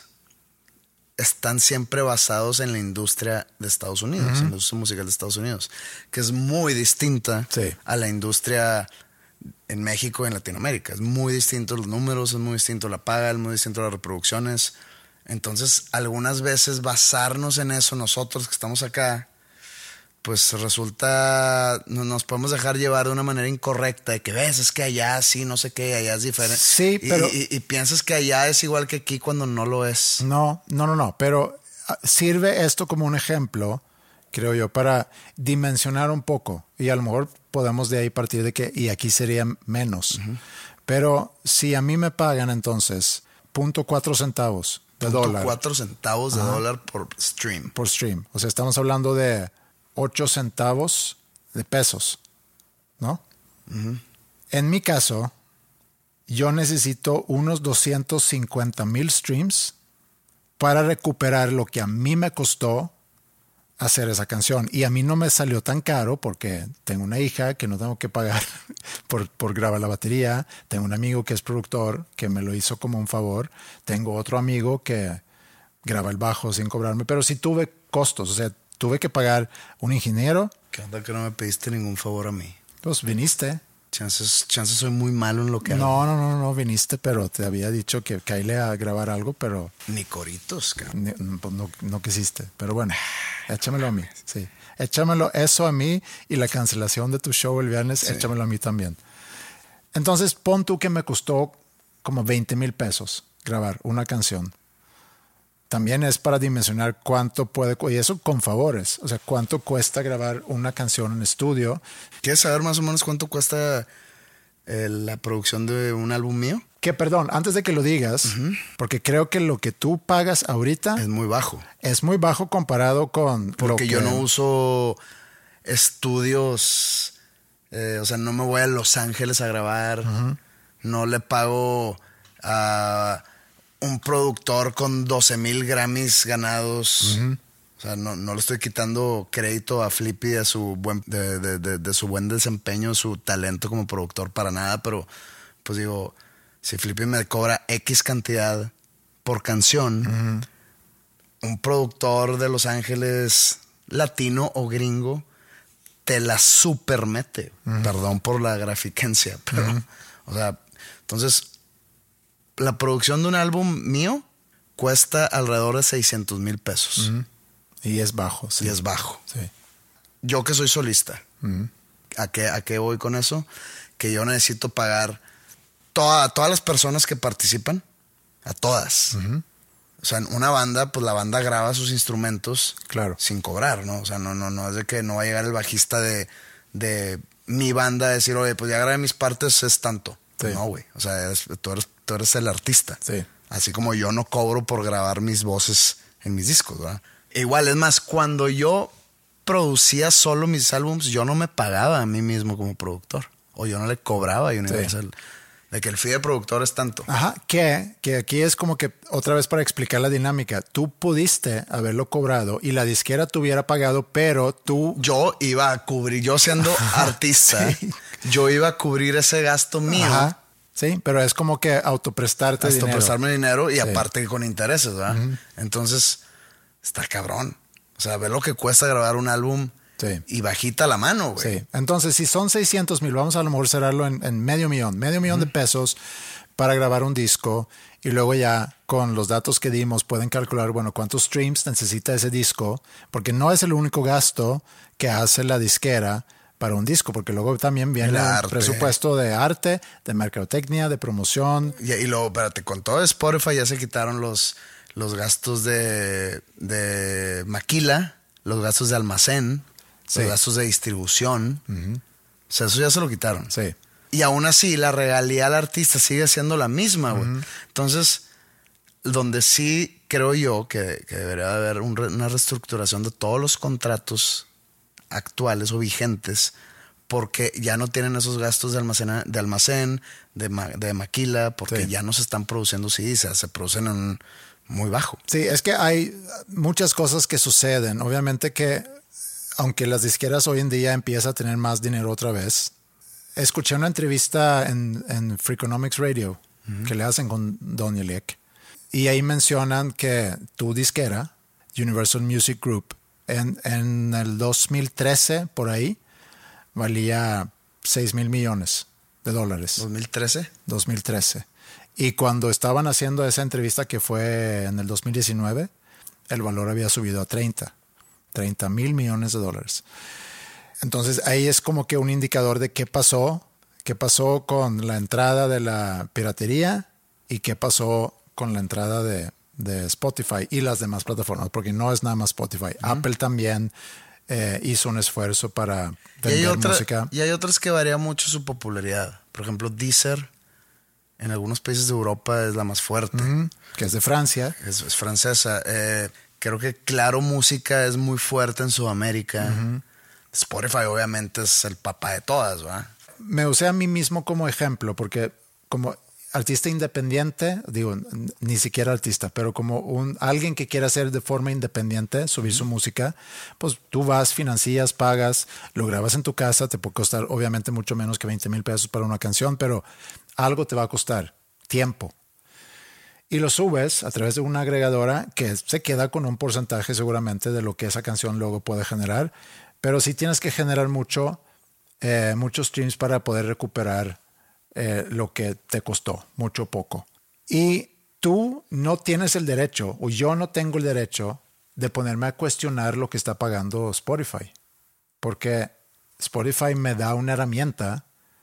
Speaker 4: están siempre basados en la industria de Estados Unidos, uh-huh. en la industria musical de Estados Unidos, que es muy distinta sí. a la industria en México y en Latinoamérica. Es muy distinto los números, es muy distinto la paga, es muy distinto las reproducciones. Entonces, algunas veces basarnos en eso nosotros que estamos acá, pues resulta, nos podemos dejar llevar de una manera incorrecta, de que ves, es que allá sí, no sé qué, allá es diferente.
Speaker 5: Sí, pero...
Speaker 4: Y, y, y piensas que allá es igual que aquí cuando no lo es.
Speaker 5: No, no, no, no, pero sirve esto como un ejemplo, creo yo, para dimensionar un poco. Y a lo mejor podemos de ahí partir de que, y aquí sería menos. Uh-huh. Pero si a mí me pagan entonces, punto cuatro centavos de
Speaker 4: punto
Speaker 5: dólar.
Speaker 4: cuatro centavos de Ajá. dólar por stream.
Speaker 5: Por stream. O sea, estamos hablando de ocho centavos de pesos, ¿no? Uh-huh. En mi caso, yo necesito unos doscientos cincuenta mil streams para recuperar lo que a mí me costó hacer esa canción. Y a mí no me salió tan caro porque tengo una hija que no tengo que pagar por, por grabar la batería. Tengo un amigo que es productor que me lo hizo como un favor. Tengo otro amigo que graba el bajo sin cobrarme. Pero sí tuve costos, o sea, tuve que pagar un ingeniero.
Speaker 4: ¿Qué onda que no me pediste ningún favor a mí?
Speaker 5: Pues viniste.
Speaker 4: Chances, chances soy muy malo en lo que
Speaker 5: no,
Speaker 4: hago.
Speaker 5: No, no, no, viniste, pero te había dicho que caíle a grabar algo, pero...
Speaker 4: Ni coritos, cabrón.
Speaker 5: Ni, pues no, no quisiste, pero bueno, échamelo a mí, sí. Échamelo eso a mí y la cancelación de tu show el viernes, sí. Échamelo a mí también. Entonces, pon tú que me costó como veinte mil pesos grabar una canción. También es para dimensionar cuánto puede, y eso con favores, o sea, cuánto cuesta grabar una canción en estudio.
Speaker 4: ¿Quieres saber más o menos cuánto cuesta eh, la producción de un álbum mío?
Speaker 5: Que perdón, antes de que lo digas, uh-huh. porque creo que lo que tú pagas ahorita
Speaker 4: es muy bajo.
Speaker 5: Es muy bajo comparado con
Speaker 4: porque
Speaker 5: lo que...
Speaker 4: yo no uso estudios, eh, o sea, no me voy a Los Ángeles a grabar, uh-huh. no le pago a un productor con doce mil Grammys ganados. Uh-huh. O sea, no, no le estoy quitando crédito a Flippy de su buen, de, de, de, de su buen desempeño, su talento como productor para nada, pero pues digo, si Flippy me cobra X cantidad por canción, uh-huh. un productor de Los Ángeles, latino o gringo, te la super mete. Uh-huh. Perdón por la grafiquencia, pero, uh-huh. o sea, entonces... La producción de un álbum mío cuesta alrededor de seiscientos mil pesos.
Speaker 5: Uh-huh. Y es bajo. Sí.
Speaker 4: Y es bajo.
Speaker 5: Sí.
Speaker 4: Yo que soy solista, uh-huh. ¿a qué, ¿a qué voy con eso? Que yo necesito pagar toda, a todas las personas que participan, a todas. Uh-huh. O sea, en una banda, pues la banda graba sus instrumentos
Speaker 5: claro.
Speaker 4: sin cobrar, ¿no? O sea, no, no, no es de que no va a llegar el bajista de, de mi banda a decir, oye, pues ya grabé mis partes, es tanto. Sí. No, güey. O sea, eres, tú, eres, tú eres el artista.
Speaker 5: Sí.
Speaker 4: Así como yo no cobro por grabar mis voces en mis discos, ¿verdad? E igual, es más, cuando yo producía solo mis álbums, yo no me pagaba a mí mismo como productor. O yo no le cobraba a Universal. Sí. De que el fee de productor es tanto.
Speaker 5: Ajá, que, que aquí es como que, otra vez para explicar la dinámica, tú pudiste haberlo cobrado y la disquera te hubiera pagado, pero tú...
Speaker 4: Yo iba a cubrir, yo siendo artista, sí. yo iba a cubrir ese gasto mío.
Speaker 5: Ajá, sí, pero es como que autoprestarte dinero.
Speaker 4: Autoprestarme dinero y sí. aparte con intereses, ¿verdad? Uh-huh. Entonces, está cabrón. O sea, ve lo que cuesta grabar un álbum... Sí. Y bajita la mano, güey.
Speaker 5: Sí. Entonces, si son seiscientos mil, vamos a lo mejor cerrarlo en, en medio millón, medio millón uh-huh. de pesos para grabar un disco. Y luego ya con los datos que dimos pueden calcular, bueno, cuántos streams necesita ese disco, porque no es el único gasto que hace la disquera para un disco, porque luego también viene el presupuesto de arte, de mercadotecnia, de promoción.
Speaker 4: Y, y luego, espérate, con todo Spotify ya se quitaron los, los gastos de, de maquila, los gastos de almacén. Sí. Los gastos de distribución. Uh-huh. O sea, eso ya se lo quitaron.
Speaker 5: Sí.
Speaker 4: Y aún así, la regalía al artista sigue siendo la misma, güey. Uh-huh. Entonces, donde sí creo yo que, que debería haber un re, una reestructuración de todos los contratos actuales o vigentes, porque ya no tienen esos gastos de, almacena, de almacén, de, ma, de maquila, porque sí. ya no se están produciendo C Ds, se producen en un muy bajo.
Speaker 5: Sí, es que hay muchas cosas que suceden. Obviamente que, aunque las disqueras hoy en día empiezan a tener más dinero otra vez, escuché una entrevista en, en Freakonomics Radio uh-huh. que le hacen con Don Yelek, y ahí mencionan que tu disquera, Universal Music Group, en, en el dos mil trece, por ahí, valía seis mil millones de dólares.
Speaker 4: ¿dos mil trece?
Speaker 5: dos mil trece. Y cuando estaban haciendo esa entrevista, que fue en el dos mil diecinueve, el valor había subido a treinta mil millones de dólares. Entonces ahí es como que un indicador de qué pasó, qué pasó con la entrada de la piratería y qué pasó con la entrada de, de Spotify y las demás plataformas, porque no es nada más Spotify. Uh-huh. Apple también eh, hizo un esfuerzo para vender
Speaker 4: y hay otra,
Speaker 5: música.
Speaker 4: Y hay otras que varía mucho su popularidad. Por ejemplo, Deezer, en algunos países de Europa es la más fuerte.
Speaker 5: Uh-huh. Que es de Francia.
Speaker 4: Es, es francesa. Eh, creo que Claro Música es muy fuerte en Sudamérica. Uh-huh. Spotify obviamente es el papá de todas, ¿verdad?
Speaker 5: Me usé a mí mismo como ejemplo, porque como artista independiente, digo, ni siquiera artista, pero como un alguien que quiere hacer de forma independiente, subir uh-huh. su música, pues tú vas, financias, pagas, lo grabas en tu casa, te puede costar obviamente mucho menos que veinte mil pesos para una canción, pero algo te va a costar, tiempo. Y lo subes a través de una agregadora que se queda con un porcentaje seguramente de lo que esa canción luego puede generar, pero sí tienes que generar mucho, eh, muchos streams para poder recuperar Eh, lo que te costó, mucho o poco. Y tú no tienes el derecho, o yo no tengo el derecho, de ponerme a cuestionar lo que está pagando Spotify. Porque Spotify me da una herramienta,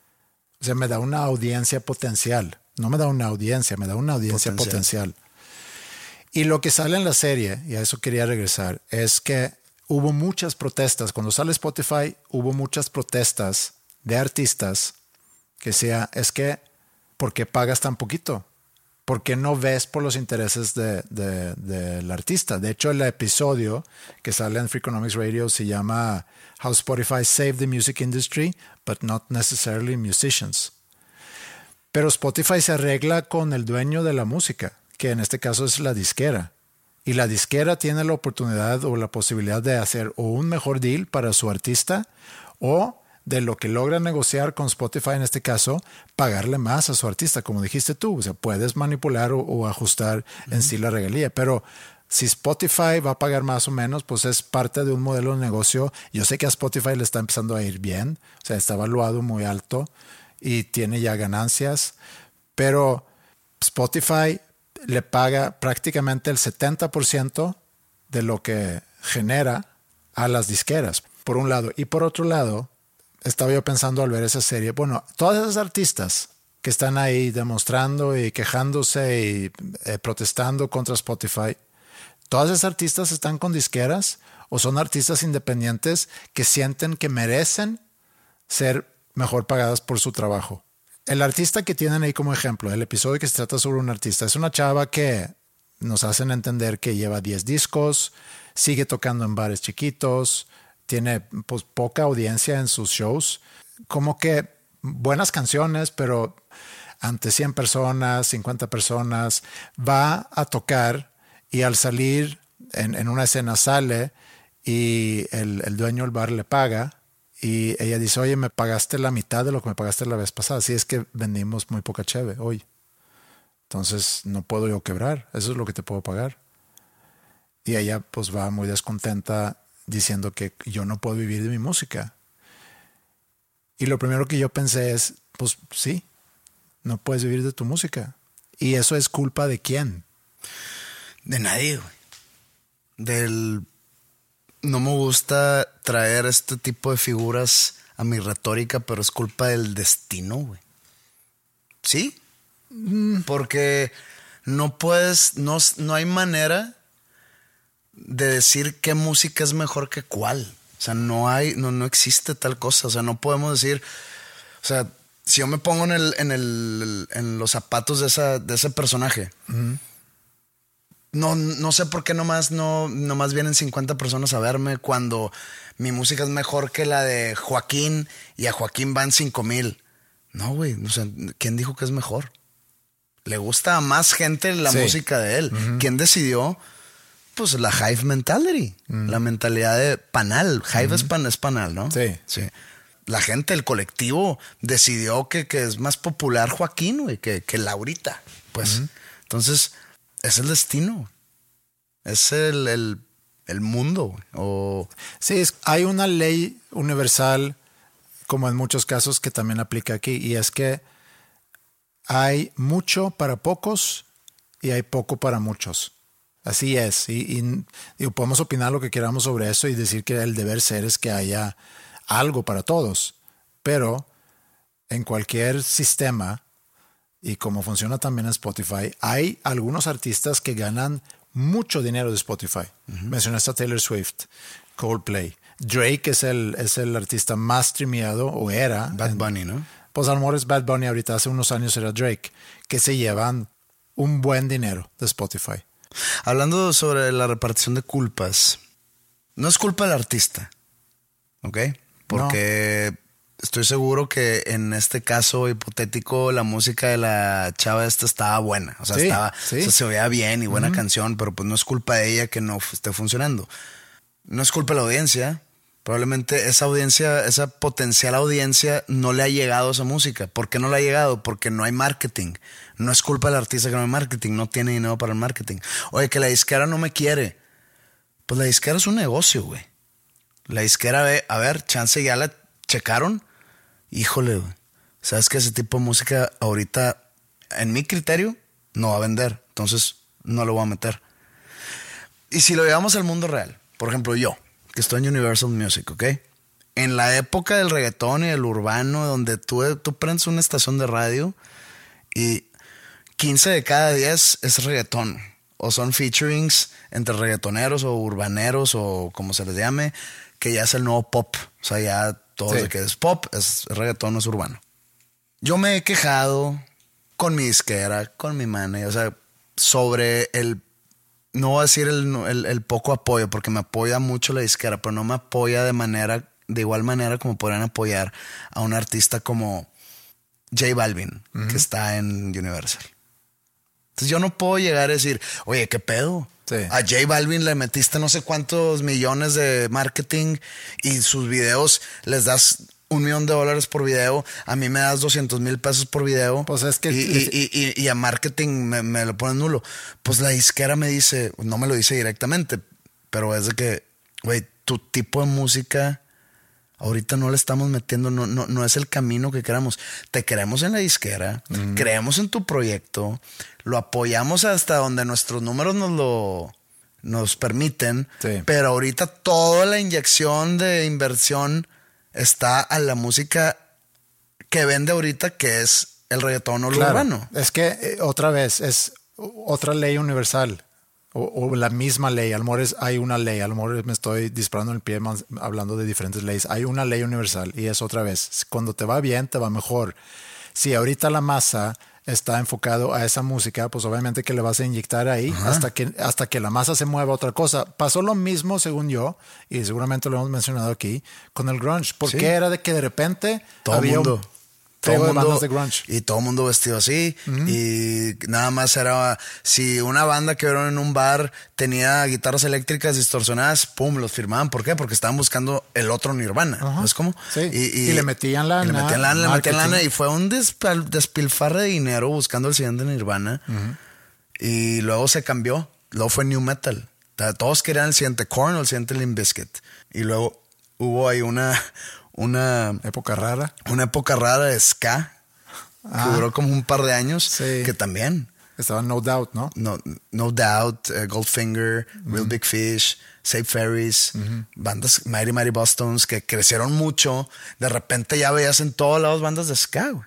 Speaker 5: o sea, me da una audiencia potencial. No me da una audiencia, me da una audiencia potencial. potencial. Y lo que sale en la serie, y a eso quería regresar, es que hubo muchas protestas. Cuando sale Spotify, hubo muchas protestas de artistas que sea, es que, ¿por qué pagas tan poquito? ¿Por qué no ves por los intereses de, de, del artista? De hecho, el episodio que sale en Freakonomics Radio se llama How Spotify Saved the Music Industry, but not necessarily musicians. Pero Spotify se arregla con el dueño de la música, que en este caso es la disquera. Y la disquera tiene la oportunidad o la posibilidad de hacer o un mejor deal para su artista, o de lo que logra negociar con Spotify en este caso, pagarle más a su artista, como dijiste tú. O sea, puedes manipular o, o ajustar uh-huh. en sí la regalía, pero si Spotify va a pagar más o menos, pues es parte de un modelo de negocio. Yo sé que a Spotify le está empezando a ir bien, o sea, está evaluado muy alto y tiene ya ganancias, pero Spotify le paga prácticamente el setenta por ciento de lo que genera a las disqueras, por un lado. Y por otro lado, estaba yo pensando al ver esa serie, bueno, todas esas artistas que están ahí demostrando y quejándose y eh, protestando contra Spotify, ¿todas esas artistas están con disqueras o son artistas independientes que sienten que merecen ser mejor pagadas por su trabajo? El artista que tienen ahí como ejemplo, el episodio que se trata sobre un artista, es una chava que nos hacen entender que lleva diez discos, sigue tocando en bares chiquitos, tiene pues poca audiencia en sus shows, como que buenas canciones, pero ante cien personas, cincuenta personas, va a tocar y al salir en, en una escena sale y el, el dueño del bar le paga y ella dice, oye, me pagaste la mitad de lo que me pagaste la vez pasada, así es que vendimos muy poca cheve hoy. Entonces no puedo yo quebrar, eso es lo que te puedo pagar. Y ella pues va muy descontenta diciendo que yo no puedo vivir de mi música. Y lo primero que yo pensé es, pues sí, no puedes vivir de tu música. ¿Y eso es culpa de quién?
Speaker 4: De nadie, güey. Del... No me gusta traer este tipo de figuras a mi retórica, pero es culpa del destino, güey. ¿Sí? Mm. Porque no puedes, no, no hay manera de decir qué música es mejor que cuál. O sea, no hay, no, no existe tal cosa. O sea, no podemos decir, o sea, si yo me pongo en el, en el, en los zapatos de esa, de ese personaje, uh-huh. no, no sé por qué nomás, no, nomás vienen cincuenta personas a verme cuando mi música es mejor que la de Joaquín y a Joaquín van cinco mil. No, güey, o sea, ¿quién dijo que es mejor? Le gusta a más gente la sí. música de él. Uh-huh. ¿Quién decidió? Pues la Hive mentality, uh-huh. la mentalidad de panal. Hive uh-huh. es, pan, es panal, ¿no?
Speaker 5: Sí.
Speaker 4: Sí. La gente, el colectivo, decidió que, que es más popular Joaquín, güey, que, que Laurita. Pues, uh-huh. entonces, es el destino. Es el, el, el mundo, güey. O...
Speaker 5: Sí, es, hay una ley universal, como en muchos casos, que también aplica aquí, y es que hay mucho para pocos y hay poco para muchos. Así es. Y, y, y podemos opinar lo que queramos sobre eso y decir que el deber ser es que haya algo para todos. Pero en cualquier sistema, y como funciona también en Spotify, hay algunos artistas que ganan mucho dinero de Spotify. Uh-huh. Mencionaste a Taylor Swift, Coldplay. Drake es el, es el artista más streameado, o era.
Speaker 4: Bad Bunny, ¿no?
Speaker 5: Pues a lo mejor es Bad Bunny, ahorita hace unos años era Drake, que se llevan un buen dinero de Spotify.
Speaker 4: Hablando sobre la repartición de culpas, no es culpa del artista, ¿ok? Porque no. Estoy seguro que en este caso hipotético la música de la chava esta estaba buena. O sea, sí, estaba, sí. O sea, se oía bien y buena uh-huh. canción, pero pues no es culpa de ella que no esté funcionando. No es culpa de la audiencia. Probablemente esa audiencia, esa potencial audiencia no le ha llegado a esa música. ¿Por qué no le ha llegado? Porque no hay marketing. No es culpa del artista que no hay marketing, no tiene dinero para el marketing. Oye, que la disquera no me quiere. Pues la disquera es un negocio, güey. La disquera ve, a ver, chance ya la checaron. Híjole, güey. ¿Sabes que ese tipo de música ahorita, en mi criterio, no va a vender? Entonces, no lo voy a meter. Y si lo llevamos al mundo real, por ejemplo, yo, que estoy en Universal Music, ¿ok? En la época del reggaetón y del urbano, donde tú, tú prendes una estación de radio y quince de cada diez es reggaetón. O son featurings entre reggaetoneros o urbaneros o como se les llame, que ya es el nuevo pop. O sea, ya todo sí. de que es pop, es reggaetón, no es urbano. Yo me he quejado con mi disquera, con mi manager, o sea, sobre el... No voy a decir el, el, el poco apoyo, porque me apoya mucho la disquera, pero no me apoya de manera, de igual manera como podrían apoyar a un artista como J Balvin, uh-huh. que está en Universal. Entonces yo no puedo llegar a decir, oye, ¿qué pedo? Sí. A J Balvin le metiste no sé cuántos millones de marketing y sus videos les das un millón de dólares por video. A mí me das doscientos mil pesos por video.
Speaker 5: Pues es que...
Speaker 4: Y, y, y, y, y a marketing me, me lo ponen nulo. Pues la disquera me dice, no me lo dice directamente, pero es de que, güey, tu tipo de música ahorita no le estamos metiendo, no, no, no es el camino que queramos. Te queremos en la disquera, mm. creemos en tu proyecto, lo apoyamos hasta donde nuestros números nos lo nos permiten, sí. pero ahorita toda la inyección de inversión está a la música que vende ahorita, que es el reggaetón o lo
Speaker 5: claro.
Speaker 4: urbano.
Speaker 5: Es que eh, otra vez es otra ley universal. O, o la misma ley, a lo mejor es, hay una ley, a lo mejor me estoy disparando en el pie más, hablando de diferentes leyes. Hay una ley universal y es otra vez, cuando te va bien, te va mejor. Si ahorita la masa está enfocado a esa música, pues obviamente que le vas a inyectar ahí hasta que, hasta que la masa se mueva a otra cosa. Pasó lo mismo, según yo, y seguramente lo hemos mencionado aquí, con el grunge. Porque sí. era de que de repente
Speaker 4: todo
Speaker 5: había
Speaker 4: mundo.
Speaker 5: un todo
Speaker 4: mundo,
Speaker 5: de bandas de grunge.
Speaker 4: Y todo el mundo vestido así. Uh-huh. Y nada más era... Si una banda que vieron en un bar tenía guitarras eléctricas distorsionadas, pum, los firmaban. ¿Por qué? Porque estaban buscando el otro Nirvana.
Speaker 5: Uh-huh.
Speaker 4: ¿Es como?
Speaker 5: Sí. Y, y, y le metían lana.
Speaker 4: Y le metían lana, le metían lana. Y fue un despil, despilfarre de dinero buscando el siguiente Nirvana. Uh-huh. Y luego se cambió. Luego fue New Metal. Todos querían el siguiente Korn o el siguiente Limp Bizkit. Y luego hubo ahí una... Una
Speaker 5: época rara.
Speaker 4: Una época rara de ska. Ah, que duró como un par de años.
Speaker 5: Sí.
Speaker 4: Que también.
Speaker 5: Estaba No Doubt, ¿no?
Speaker 4: No, no Doubt, uh, Goldfinger, uh-huh. Real Big Fish, Safe Ferries, uh-huh. bandas Mighty Mighty Bosstones que crecieron mucho. De repente ya veías en todos lados bandas de ska, güey.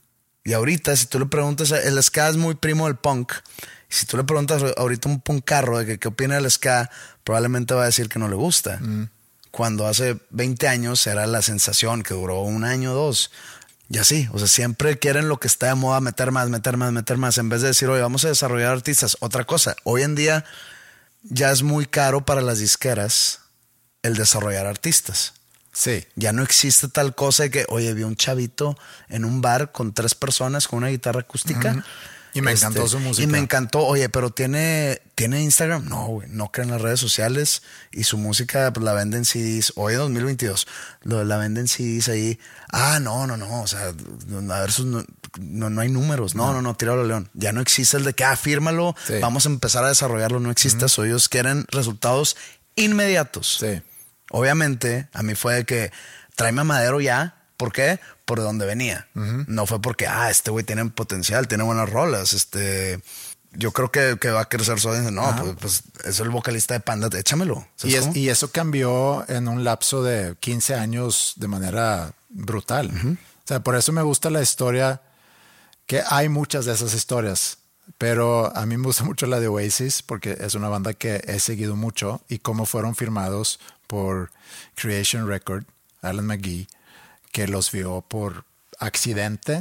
Speaker 4: Y ahorita, si tú le preguntas, el ska es muy primo del punk. Y si tú le preguntas ahorita a un punkarro de que qué opina del ska, probablemente va a decir que no le gusta. Uh-huh. Cuando hace veinte años era la sensación que duró un año o dos. Y así, o sea, siempre quieren lo que está de moda, meter más, meter más, meter más, en vez de decir, oye, vamos a desarrollar artistas. Otra cosa, hoy en día ya es muy caro para las disqueras el desarrollar artistas.
Speaker 5: Sí.
Speaker 4: Ya no existe tal cosa de que, oye, vi un chavito en un bar con tres personas con una guitarra acústica.
Speaker 5: Uh-huh. Y me
Speaker 4: este,
Speaker 5: encantó su música.
Speaker 4: Y me encantó, oye, pero ¿tiene, ¿tiene Instagram? No, güey, no creen las redes sociales y su música pues, la venden C Ds. Hoy en dos mil veintidós, lo, la venden C Ds ahí. Ah, no, no, no, o sea, a ver, sus, no, no, no hay números. No, no, no, no tíralo, León. Ya no existe el de que, ah, fírmalo, sí. Vamos a empezar a desarrollarlo. No existe uh-huh. eso. Ellos quieren resultados inmediatos.
Speaker 5: Sí.
Speaker 4: Obviamente, a mí fue de que tráeme a Madero ya. ¿Por qué? Por donde venía. Uh-huh. No fue porque, ah, este güey tiene potencial, tiene buenas rolas. Este, yo creo que, que va a crecer su audiencia. No, pues, pues es el vocalista de Panda, échamelo.
Speaker 5: Y, es, y eso cambió en un lapso de quince años de manera brutal. Uh-huh. O sea, por eso me gusta la historia, que hay muchas de esas historias. Pero a mí me gusta mucho la de Oasis porque es una banda que he seguido mucho y cómo fueron firmados por Creation Record, Alan McGee, que los vio por accidente.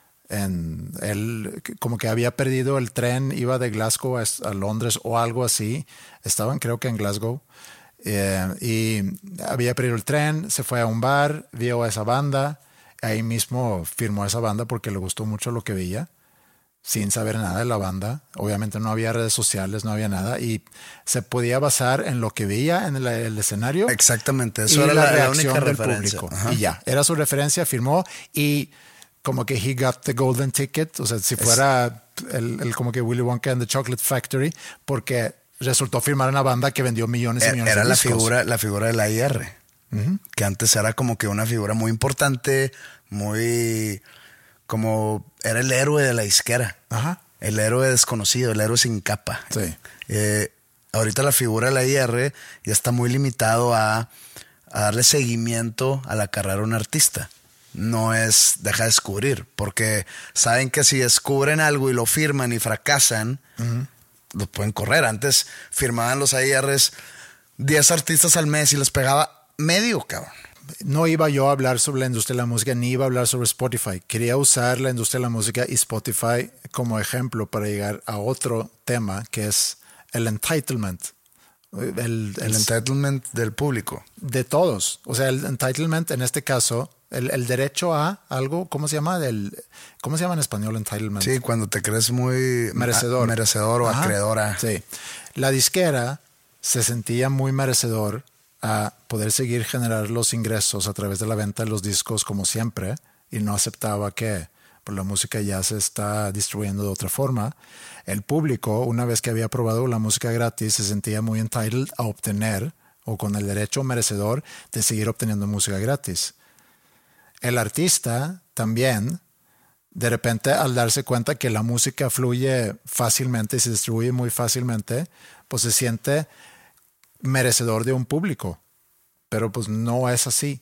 Speaker 5: En él, como que había perdido el tren, iba de Glasgow a, a Londres o algo así. Estaban creo que en Glasgow. Eh, y había perdido el tren, se fue a un bar, vio a esa banda. Ahí mismo firmó a esa banda porque le gustó mucho lo que veía, sin saber nada de la banda. Obviamente no había redes sociales, no había nada. Y se podía basar en lo que veía en el, el escenario.
Speaker 4: Exactamente, eso era la, la única
Speaker 5: del
Speaker 4: referencia.
Speaker 5: Público. Ajá. Y ya, era su referencia, firmó y como que he got the golden ticket. O sea, si fuera el, el como que Willy Wonka and the Chocolate Factory, porque resultó firmar una banda que vendió millones y millones
Speaker 4: era
Speaker 5: de discos.
Speaker 4: Era la figura, la figura de la I R, uh-huh. que antes era como que una figura muy importante, muy... como era el héroe de la disquera. Ajá. El héroe desconocido, el héroe sin capa.
Speaker 5: Sí.
Speaker 4: Eh, ahorita la figura de la I R ya está muy limitado a, a darle seguimiento a la carrera de un artista. No es deja de descubrir, porque saben que si descubren algo y lo firman y fracasan, uh-huh. los pueden correr. Antes firmaban los I Rs diez artistas al mes y les pegaba medio, cabrón.
Speaker 5: No iba yo a hablar sobre la industria de la música, ni iba a hablar sobre Spotify. Quería usar la industria de la música y Spotify como ejemplo para llegar a otro tema, que es el entitlement.
Speaker 4: El, el, el entitlement del público.
Speaker 5: De todos. O sea, el entitlement en este caso, el, el derecho a algo, ¿cómo se llama? Del, ¿Cómo se llama en español entitlement?
Speaker 4: Sí, cuando te crees muy
Speaker 5: merecedor,
Speaker 4: a, merecedor o Ajá. acreedora.
Speaker 5: Sí. La disquera se sentía muy merecedor a poder seguir generar los ingresos a través de la venta de los discos como siempre, y no aceptaba que pues, la música ya se está distribuyendo de otra forma. El público, una vez que había probado la música gratis, se sentía muy entitled a obtener o con el derecho merecedor de seguir obteniendo música gratis. El artista también, de repente, al darse cuenta que la música fluye fácilmente y se distribuye muy fácilmente, pues se siente merecedor de un público, pero pues no es así.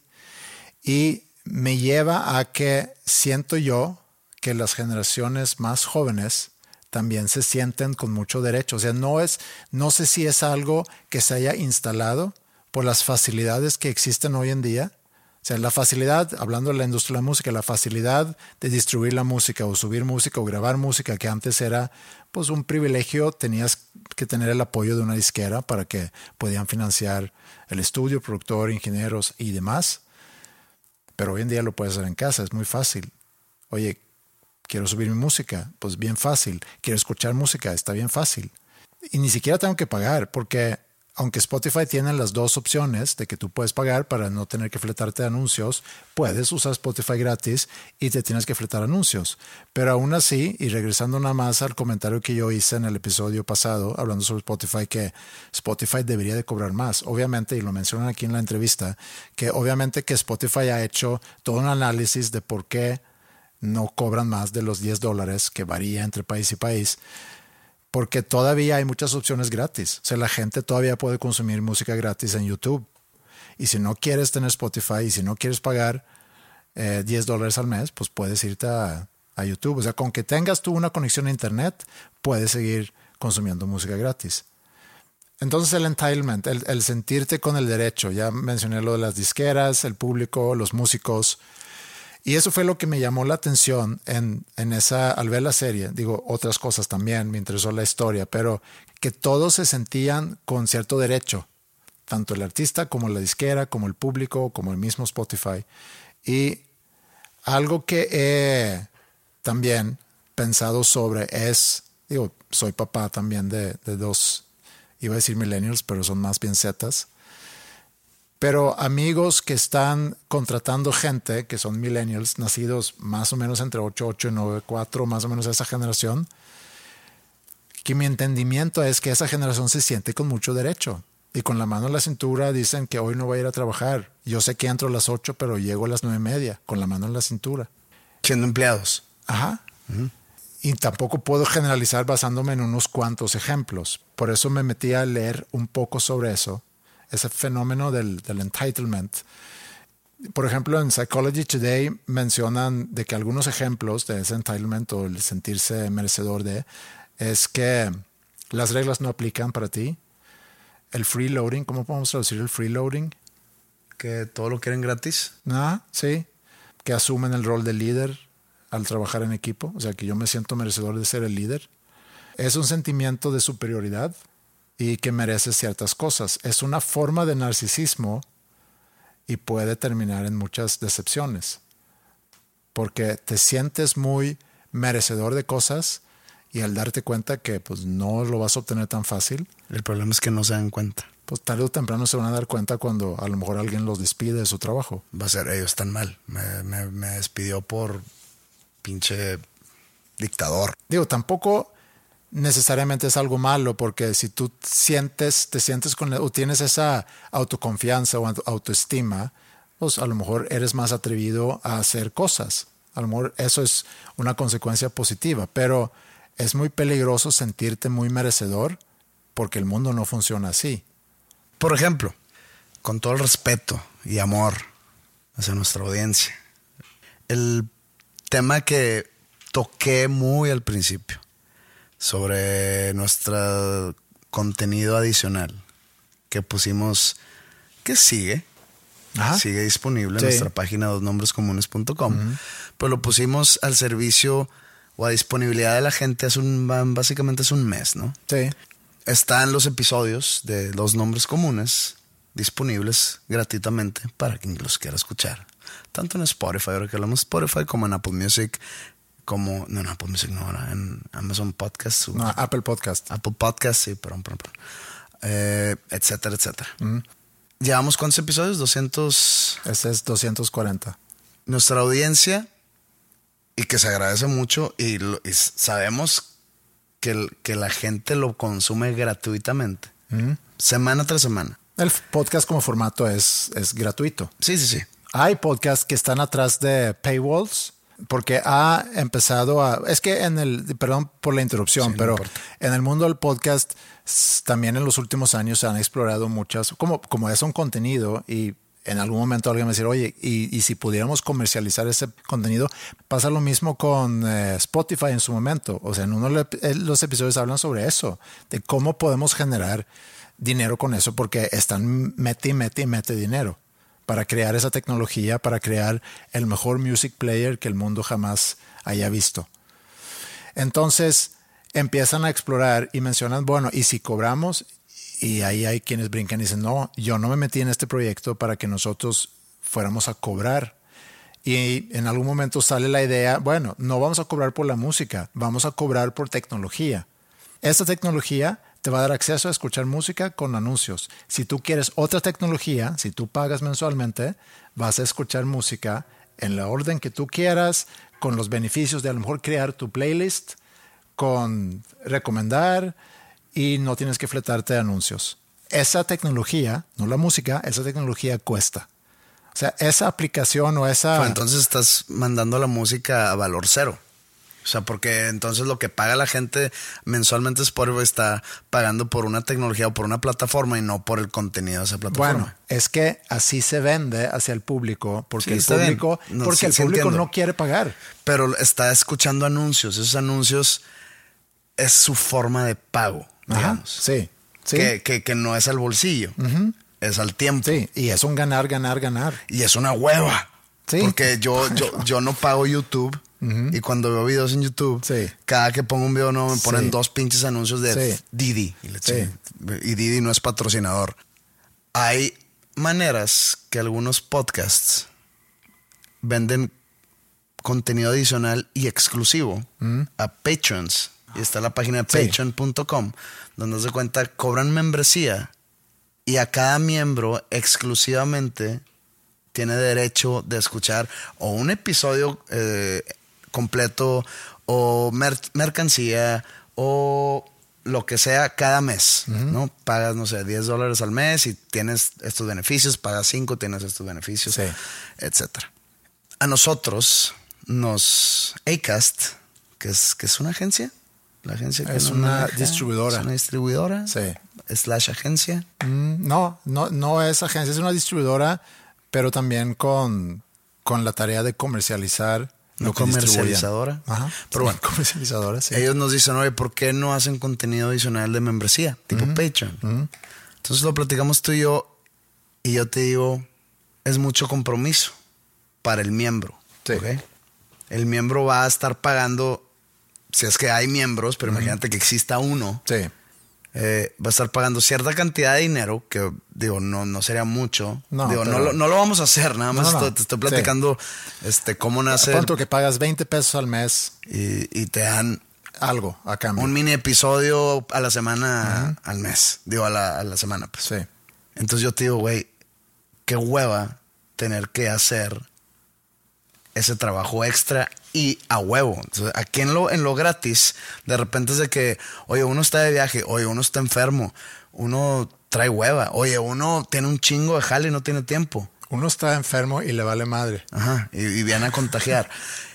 Speaker 5: Y me lleva a que siento yo que las generaciones más jóvenes también se sienten con mucho derecho. O sea, no es, no sé si es algo que se haya instalado por las facilidades que existen hoy en día. O sea, la facilidad, hablando de la industria de la música, la facilidad de distribuir la música o subir música o grabar música, que antes era pues un privilegio, tenías que tener el apoyo de una disquera para que podían financiar el estudio, productor, ingenieros y demás. Pero hoy en día lo puedes hacer en casa, es muy fácil. Oye, quiero subir mi música, pues bien fácil. Quiero escuchar música, está bien fácil. Y ni siquiera tengo que pagar, porque aunque Spotify tiene las dos opciones de que tú puedes pagar para no tener que fletarte anuncios, puedes usar Spotify gratis y te tienes que fletar anuncios. Pero aún así, y regresando nada más al comentario que yo hice en el episodio pasado, hablando sobre Spotify, que Spotify debería de cobrar más. Obviamente, y lo mencionan aquí en la entrevista, que obviamente que Spotify ha hecho todo un análisis de por qué no cobran más de los diez dólares, que varía entre país y país, porque todavía hay muchas opciones gratis. O sea, la gente todavía puede consumir música gratis en YouTube. Y si no quieres tener Spotify y si no quieres pagar eh, diez dólares al mes, pues puedes irte a, a YouTube. O sea, con que tengas tú una conexión a Internet, puedes seguir consumiendo música gratis. Entonces el entitlement, el, el sentirte con el derecho. Ya mencioné lo de las disqueras, el público, los músicos. Y eso fue lo que me llamó la atención en, en esa, al ver la serie. Digo, otras cosas también, me interesó la historia, pero que todos se sentían con cierto derecho, tanto el artista como la disquera, como el público, como el mismo Spotify. Y algo que he también pensado sobre es, digo, soy papá también de, de dos, iba a decir millennials, pero son más bien zetas. Pero amigos que están contratando gente, que son millennials, nacidos más o menos entre ochenta y ocho y noventa y cuatro, más o menos esa generación, que mi entendimiento es que esa generación se siente con mucho derecho. Y con la mano en la cintura dicen que hoy no voy a ir a trabajar. Yo sé que entro a las ocho, pero llego a las nueve y media, con la mano en la cintura.
Speaker 4: Siendo empleados.
Speaker 5: Ajá. Uh-huh. Y tampoco puedo generalizar basándome en unos cuantos ejemplos. Por eso me metí a leer un poco sobre eso. Ese fenómeno del, del entitlement. Por ejemplo, en Psychology Today mencionan de que algunos ejemplos de ese entitlement o el sentirse merecedor de es que las reglas no aplican para ti. El freeloading, ¿cómo podemos traducir el freeloading?
Speaker 4: Que todo lo quieren gratis.
Speaker 5: Ah, sí. Que asumen el rol de líder al trabajar en equipo. O sea, que yo me siento merecedor de ser el líder. Es un sentimiento de superioridad y que merece ciertas cosas. Es una forma de narcisismo y puede terminar en muchas decepciones. Porque te sientes muy merecedor de cosas y al darte cuenta que pues, no lo vas a obtener tan fácil.
Speaker 4: El problema es que no se dan cuenta.
Speaker 5: Pues tarde o temprano se van a dar cuenta cuando a lo mejor alguien los despide de su trabajo.
Speaker 4: Va a ser, ellos están mal. Me, me, me despidió por pinche dictador.
Speaker 5: Digo, tampoco necesariamente es algo malo, porque si tú sientes, te sientes con, o tienes esa autoconfianza o autoestima, pues a lo mejor eres más atrevido a hacer cosas. A lo mejor eso es una consecuencia positiva, pero es muy peligroso sentirte muy merecedor porque el mundo no funciona así.
Speaker 4: Por ejemplo, con todo el respeto y amor hacia nuestra audiencia, el tema que toqué muy al principio sobre nuestro contenido adicional que pusimos, que sigue,
Speaker 5: Ajá.
Speaker 4: sigue disponible
Speaker 5: Sí.
Speaker 4: en nuestra página dos nombres comunes punto com, uh-huh. Pero lo pusimos al servicio o a disponibilidad de la gente hace un, básicamente hace un mes, ¿no?
Speaker 5: Sí.
Speaker 4: Están los episodios de Dos Nombres Comunes disponibles gratuitamente para quien los quiera escuchar. Tanto en Spotify, ahora que hablamos de Spotify, como en Apple Music, como, no, en Apple Music no, ahora en Amazon Podcast.
Speaker 5: No, Apple Podcast.
Speaker 4: Apple Podcast, sí, perdón, perdón, perdón. Eh, etcétera, etcétera.
Speaker 5: Mm.
Speaker 4: ¿Llevamos cuántos episodios? doscientos.
Speaker 5: Ese es doscientos cuarenta.
Speaker 4: Nuestra audiencia, y que se agradece mucho, y, lo, y sabemos que, el, que la gente lo consume gratuitamente, mm. semana tras semana.
Speaker 5: El podcast como formato es, es gratuito.
Speaker 4: Sí, sí, sí.
Speaker 5: Hay podcasts que están atrás de paywalls porque ha empezado a... Es que en el... Perdón por la interrupción, sí, pero no en el mundo del podcast también en los últimos años se han explorado muchas... Como, como es un contenido y en algún momento alguien me va a decir, oye, y, y si pudiéramos comercializar ese contenido, pasa lo mismo con eh, Spotify en su momento. O sea, en uno de los episodios hablan sobre eso, de cómo podemos generar dinero con eso, porque están mete y mete y mete dinero para crear esa tecnología, para crear el mejor music player que el mundo jamás haya visto. Entonces empiezan a explorar y mencionan, bueno, ¿y si cobramos? Y ahí hay quienes brincan y dicen, no, yo no me metí en este proyecto para que nosotros fuéramos a cobrar. Y en algún momento sale la idea, bueno, no vamos a cobrar por la música, vamos a cobrar por tecnología. Esta tecnología te va a dar acceso a escuchar música con anuncios. Si tú quieres otra tecnología, si tú pagas mensualmente, vas a escuchar música en la orden que tú quieras, con los beneficios de a lo mejor crear tu playlist, con recomendar y no tienes que fletarte anuncios. Esa tecnología, no la música, esa tecnología cuesta. O sea, esa aplicación o esa...
Speaker 4: Pues entonces estás mandando la música a valor cero. O sea, porque entonces lo que paga la gente mensualmente Spotify está pagando por una tecnología o por una plataforma y no por el contenido de esa plataforma.
Speaker 5: Bueno, es que así se vende hacia el público porque
Speaker 4: sí,
Speaker 5: el público,
Speaker 4: no,
Speaker 5: porque
Speaker 4: sí,
Speaker 5: el
Speaker 4: sí
Speaker 5: público
Speaker 4: entiendo.
Speaker 5: no quiere pagar.
Speaker 4: Pero está escuchando anuncios. Esos anuncios es su forma de pago, digamos.
Speaker 5: Ajá, sí, sí.
Speaker 4: Que, que, que no es al bolsillo, uh-huh. es al tiempo.
Speaker 5: Sí, y es un ganar, ganar, ganar.
Speaker 4: Y es una hueva.
Speaker 5: Sí.
Speaker 4: Porque yo, yo, yo no pago YouTube. Uh-huh. Y cuando veo videos en YouTube,
Speaker 5: sí.
Speaker 4: cada que pongo un video no me ponen sí. dos pinches anuncios de
Speaker 5: sí.
Speaker 4: Didi. Y, le
Speaker 5: sí.
Speaker 4: y Didi no es patrocinador. Hay maneras que algunos podcasts venden contenido adicional y exclusivo mm. a patrons. Y está la página de sí. patreon punto com, donde se cuenta, cobran membresía y a cada miembro exclusivamente tiene derecho de escuchar o un episodio eh, completo o mer- mercancía o lo que sea cada mes, uh-huh. ¿no? Pagas, no sé, diez dólares al mes y tienes estos beneficios, pagas cinco, tienes estos beneficios,
Speaker 5: sí.
Speaker 4: etcétera. A nosotros nos Acast, que es, que es una agencia, la agencia que
Speaker 5: es
Speaker 4: no
Speaker 5: una
Speaker 4: maneja,
Speaker 5: distribuidora.
Speaker 4: Es una distribuidora,
Speaker 5: sí.
Speaker 4: slash agencia.
Speaker 5: Mm, no, no, no es agencia, es una distribuidora, pero también con, con la tarea de comercializar.
Speaker 4: No comercializadora.
Speaker 5: Ajá.
Speaker 4: Pero bueno,
Speaker 5: comercializadora, sí.
Speaker 4: Ellos nos dicen, oye, ¿por qué no hacen contenido adicional de membresía? Tipo uh-huh. Patreon. Uh-huh. Entonces lo platicamos tú y yo. Y yo te digo, es mucho compromiso para el miembro.
Speaker 5: Sí.
Speaker 4: ¿Okay? El miembro va a estar pagando, si es que hay miembros, pero uh-huh. imagínate que exista uno.
Speaker 5: Sí.
Speaker 4: Eh, va a estar pagando cierta cantidad de dinero, que digo, no, no sería mucho.
Speaker 5: No,
Speaker 4: digo,
Speaker 5: pero...
Speaker 4: no, lo, no lo vamos a hacer, nada más
Speaker 5: no, no, no.
Speaker 4: Estoy, te estoy platicando sí. este, cómo nace.
Speaker 5: Pronto que pagas veinte pesos al mes
Speaker 4: y, y te dan
Speaker 5: algo a cambio.
Speaker 4: Un mini episodio a la semana, uh-huh. al mes. Digo, a la, a la semana, pues.
Speaker 5: Sí.
Speaker 4: Entonces yo te digo, güey, qué hueva tener que hacer ese trabajo extra y a huevo. Entonces, aquí en lo, en lo gratis, de repente es de que, oye, uno está de viaje, oye, uno está enfermo, uno trae hueva, oye, uno tiene un chingo de jale y no tiene tiempo.
Speaker 5: Uno está enfermo y le vale madre.
Speaker 4: Ajá, y, y viene a contagiar.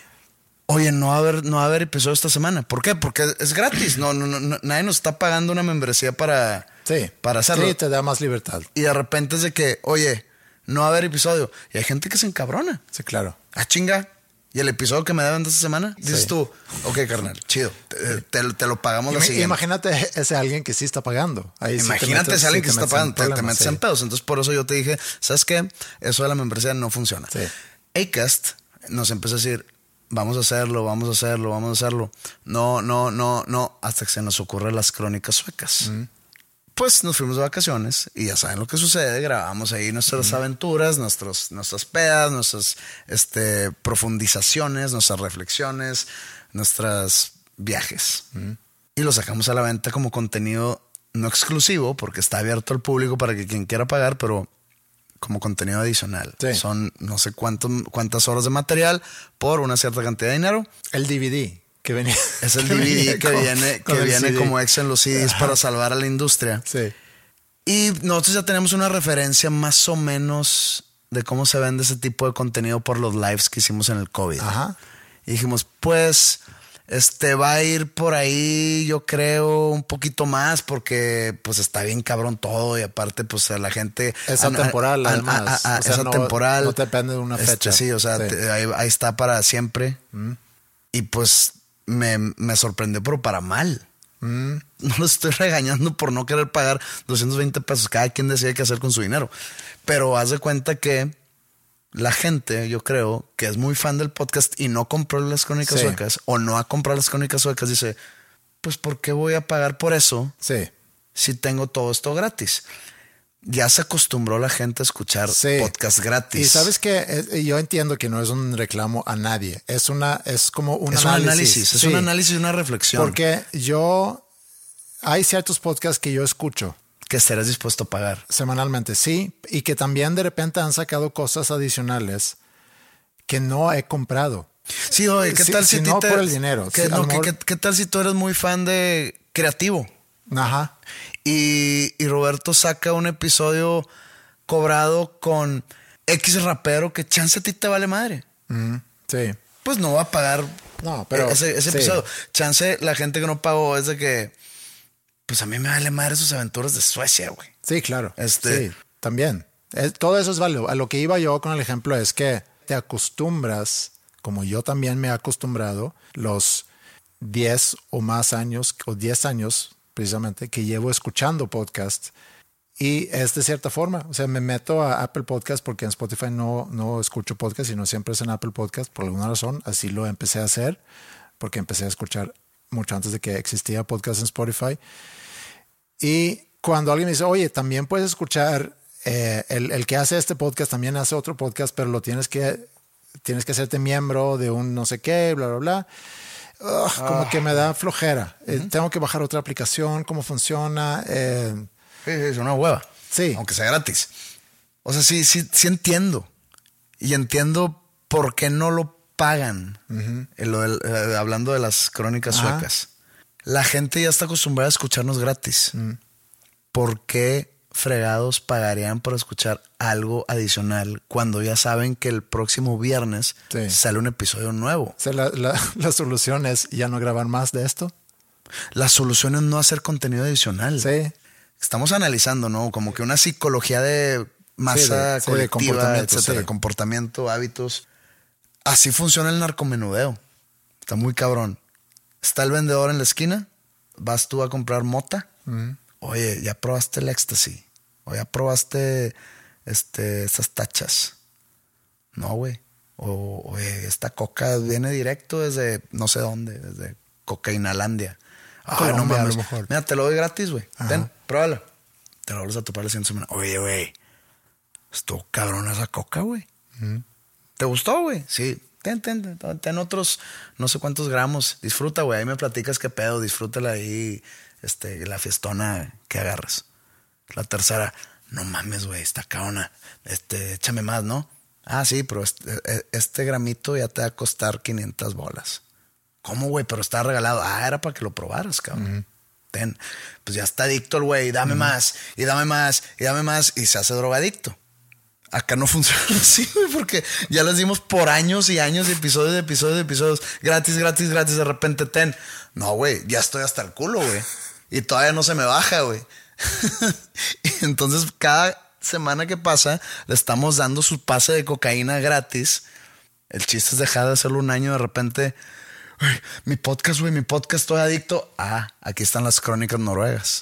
Speaker 4: Oye, no va a haber, no va a haber episodio esta semana. ¿Por qué? Porque es gratis. No, no, no, nadie nos está pagando una membresía para,
Speaker 5: sí.
Speaker 4: para hacerlo.
Speaker 5: Sí, te da más libertad.
Speaker 4: Y de repente es de que, oye, no va a haber episodio. Y hay gente que se encabrona.
Speaker 5: Sí, claro.
Speaker 4: Ah, chinga. ¿Y el episodio que me deben de esta semana? Dices sí. tú, ok, carnal, chido. Te, te, te lo pagamos la siguiente.
Speaker 5: Imagínate ese alguien que sí está pagando. Ahí
Speaker 4: Imagínate
Speaker 5: sí metes,
Speaker 4: ese alguien
Speaker 5: sí
Speaker 4: que
Speaker 5: te
Speaker 4: está pagando. Te, te metes
Speaker 5: sí.
Speaker 4: en pedos. Entonces, por eso yo te dije, ¿sabes qué? Eso de la membresía no funciona.
Speaker 5: Sí.
Speaker 4: Acast nos empezó a decir, vamos a hacerlo, vamos a hacerlo, vamos a hacerlo. No, no, no, no. Hasta que se nos ocurren las crónicas suecas. Mm. Pues nos fuimos de vacaciones y ya saben lo que sucede. Grabamos ahí nuestras mm. aventuras, nuestros, nuestras pedas, nuestras este, profundizaciones, nuestras reflexiones, nuestros viajes. Mm. Y lo sacamos a la venta como contenido no exclusivo, porque está abierto al público para que quien quiera pagar, pero como contenido adicional.
Speaker 5: Sí.
Speaker 4: Son no sé cuánto, cuántas horas de material por una cierta cantidad de dinero.
Speaker 5: El D V D. Que venía,
Speaker 4: es el D V D que con, viene, que viene como extra en los C Ds. Ajá. Para salvar a la industria.
Speaker 5: Sí.
Speaker 4: Y nosotros ya tenemos una referencia más o menos de cómo se vende ese tipo de contenido por los lives que hicimos en el COVID.
Speaker 5: Ajá.
Speaker 4: Y dijimos, pues, este va a ir por ahí, yo creo, un poquito más, porque pues está bien cabrón todo. Y aparte, pues a la gente.
Speaker 5: Es atemporal, a, además.
Speaker 4: A, a, a,
Speaker 5: o sea,
Speaker 4: es
Speaker 5: no,
Speaker 4: atemporal.
Speaker 5: No depende de una fecha.
Speaker 4: Este, sí, o sea, sí. Te, ahí, ahí está para siempre. Mm. Y pues. Me, me sorprendió, pero para mal. Mm. No lo estoy regañando por no querer pagar doscientos veinte pesos. Cada quien decide qué hacer con su dinero. Pero haz de cuenta que la gente, yo creo, que es muy fan del podcast y no compró las crónicas sí. suecas o no ha comprado las crónicas suecas, dice, pues ¿por qué voy a pagar por eso
Speaker 5: sí.
Speaker 4: si tengo todo esto gratis? Ya se acostumbró la gente a escuchar sí. podcast gratis.
Speaker 5: Y sabes que yo entiendo que no es un reclamo a nadie. Es una, es como un
Speaker 4: es
Speaker 5: análisis.
Speaker 4: Un análisis es
Speaker 5: sí.
Speaker 4: un análisis y una reflexión.
Speaker 5: Porque yo, hay ciertos podcasts que yo escucho.
Speaker 4: Que estarás dispuesto a pagar.
Speaker 5: Semanalmente, sí. Y que también de repente han sacado cosas adicionales que no he comprado.
Speaker 4: Sí, oye, ¿qué
Speaker 5: si,
Speaker 4: tal si,
Speaker 5: si
Speaker 4: ti
Speaker 5: no
Speaker 4: te,
Speaker 5: por el dinero?
Speaker 4: ¿qué,
Speaker 5: si,
Speaker 4: no,
Speaker 5: mejor...
Speaker 4: ¿qué, qué tal si tú eres muy fan de creativo?
Speaker 5: Ajá.
Speaker 4: Y, y Roberto saca un episodio cobrado con X rapero que chance a ti te vale madre.
Speaker 5: Mm, sí.
Speaker 4: Pues no va a pagar
Speaker 5: no, pero,
Speaker 4: ese, ese
Speaker 5: sí.
Speaker 4: episodio. Chance la gente que no pagó es de que pues a mí me vale madre sus aventuras de Suecia, güey.
Speaker 5: Sí, claro.
Speaker 4: Este,
Speaker 5: sí, también. Es, todo eso es válido. A lo que iba yo con el ejemplo es que te acostumbras, como yo también me he acostumbrado, los diez o más años, o diez años precisamente, que llevo escuchando podcast. Y es de cierta forma, o sea, me meto a Apple Podcast porque en Spotify no, no escucho podcast, sino siempre es en Apple Podcast por alguna razón. Así lo empecé a hacer porque empecé a escuchar mucho antes de que existía podcast en Spotify. Y cuando alguien me dice, oye, también puedes escuchar, eh, el, el que hace este podcast también hace otro podcast, pero lo tienes que, tienes que hacerte miembro de un no sé qué, bla, bla, bla. Ugh, como oh. que me da flojera. Uh-huh. Eh, tengo que bajar otra aplicación, cómo funciona. Eh,
Speaker 4: sí, sí, es una hueva.
Speaker 5: Sí.
Speaker 4: Aunque sea gratis. O sea, sí, sí, sí entiendo. Y entiendo por qué no lo pagan. Uh-huh. En lo del, eh, hablando de las crónicas Ajá. suecas. La gente ya está acostumbrada a escucharnos gratis. Uh-huh. ¿Por qué fregados pagarían por escuchar algo adicional cuando ya saben que el próximo viernes sí. sale un episodio nuevo?
Speaker 5: O sea, la, la, la solución es ya no grabar más de esto.
Speaker 4: La solución es no hacer contenido adicional.
Speaker 5: Sí.
Speaker 4: Estamos analizando, ¿no? Como que una psicología de masa sí, de, colectiva, sí, de comportamiento, etcétera, sí. comportamiento, hábitos. Así funciona el narcomenudeo. Está muy cabrón. Está el vendedor en la esquina. Vas tú a comprar mota. Mm. Oye, ¿ya probaste el éxtasis? ¿O ya probaste este, estas tachas? No, güey. O, oye, esta coca viene directo desde no sé dónde, desde Cocainalandia. Ay, no mames. Mira, te lo doy gratis, güey. Ven, pruébalo. Te lo vuelves a topar la siguiente semana. Oye, güey, estuvo cabrón esa coca, güey. Mm. ¿Te gustó, güey? Sí. Ten, ten, ten, ten otros no sé cuántos gramos. Disfruta, güey. Ahí me platicas qué pedo. Disfrútala ahí. Este, la fiestona que agarras. La tercera, no mames, güey, está cabrona. Este, échame más, ¿no? Ah, sí, pero este, este gramito ya te va a costar quinientas bolas. ¿Cómo, güey? Pero está regalado. Ah, era para que lo probaras, cabrón. Uh-huh. Ten. Pues ya está adicto el güey. Dame uh-huh. más, y dame más, y dame más. Y se hace drogadicto. Acá no funciona así, güey, porque ya les dimos por años y años, episodios, episodios, episodios. Gratis, gratis, gratis. De repente, ten. No, güey, ya estoy hasta el culo, güey. Y todavía no se me baja, güey. Entonces, cada semana que pasa, le estamos dando su pase de cocaína gratis. El chiste es dejar de hacerlo un año. De repente, güey, mi podcast, güey, mi podcast, estoy adicto. Ah, aquí están las crónicas noruegas.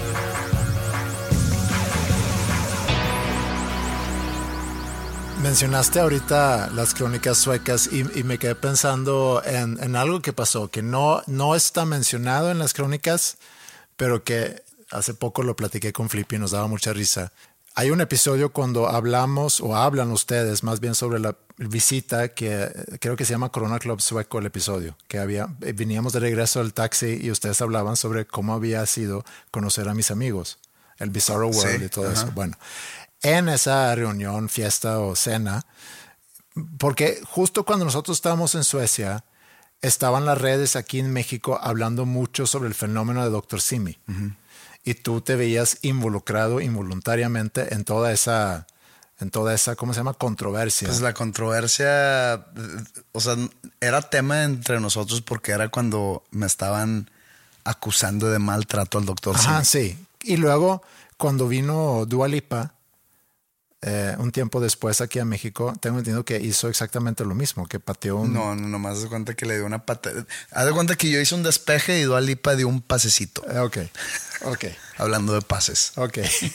Speaker 5: Mencionaste ahorita las crónicas suecas y, y me quedé pensando en, en algo que pasó, que no, no está mencionado en las crónicas, pero que hace poco lo platiqué con Flippy y nos daba mucha risa. Hay un episodio cuando hablamos, o hablan ustedes más bien sobre la visita que creo que se llama Corona Club Sueco, el episodio, que había, veníamos de regreso del taxi y ustedes hablaban sobre cómo había sido conocer a mis amigos, el Bizarro World sí, y todo ajá. eso. Bueno, en esa reunión, fiesta o cena, porque justo cuando nosotros estábamos en Suecia, estaban las redes aquí en México hablando mucho sobre el fenómeno de doctor Simi. Uh-huh. Y tú te veías involucrado involuntariamente en toda esa, en toda esa, ¿cómo se llama? Controversia.
Speaker 4: Pues la controversia, o sea, era tema entre nosotros porque era cuando me estaban acusando de maltrato al doctor Simi.
Speaker 5: Ajá, sí. Y luego, cuando vino Dua Lipa, Eh, un tiempo después aquí a México, tengo entendido que hizo exactamente lo mismo, que pateó un...
Speaker 4: No, no, nomás haz de cuenta que le dio una pata. Haz de cuenta que yo hice un despeje y Dua Lipa dio un pasecito.
Speaker 5: Eh, ok, ok.
Speaker 4: Hablando de pases.
Speaker 5: Ok.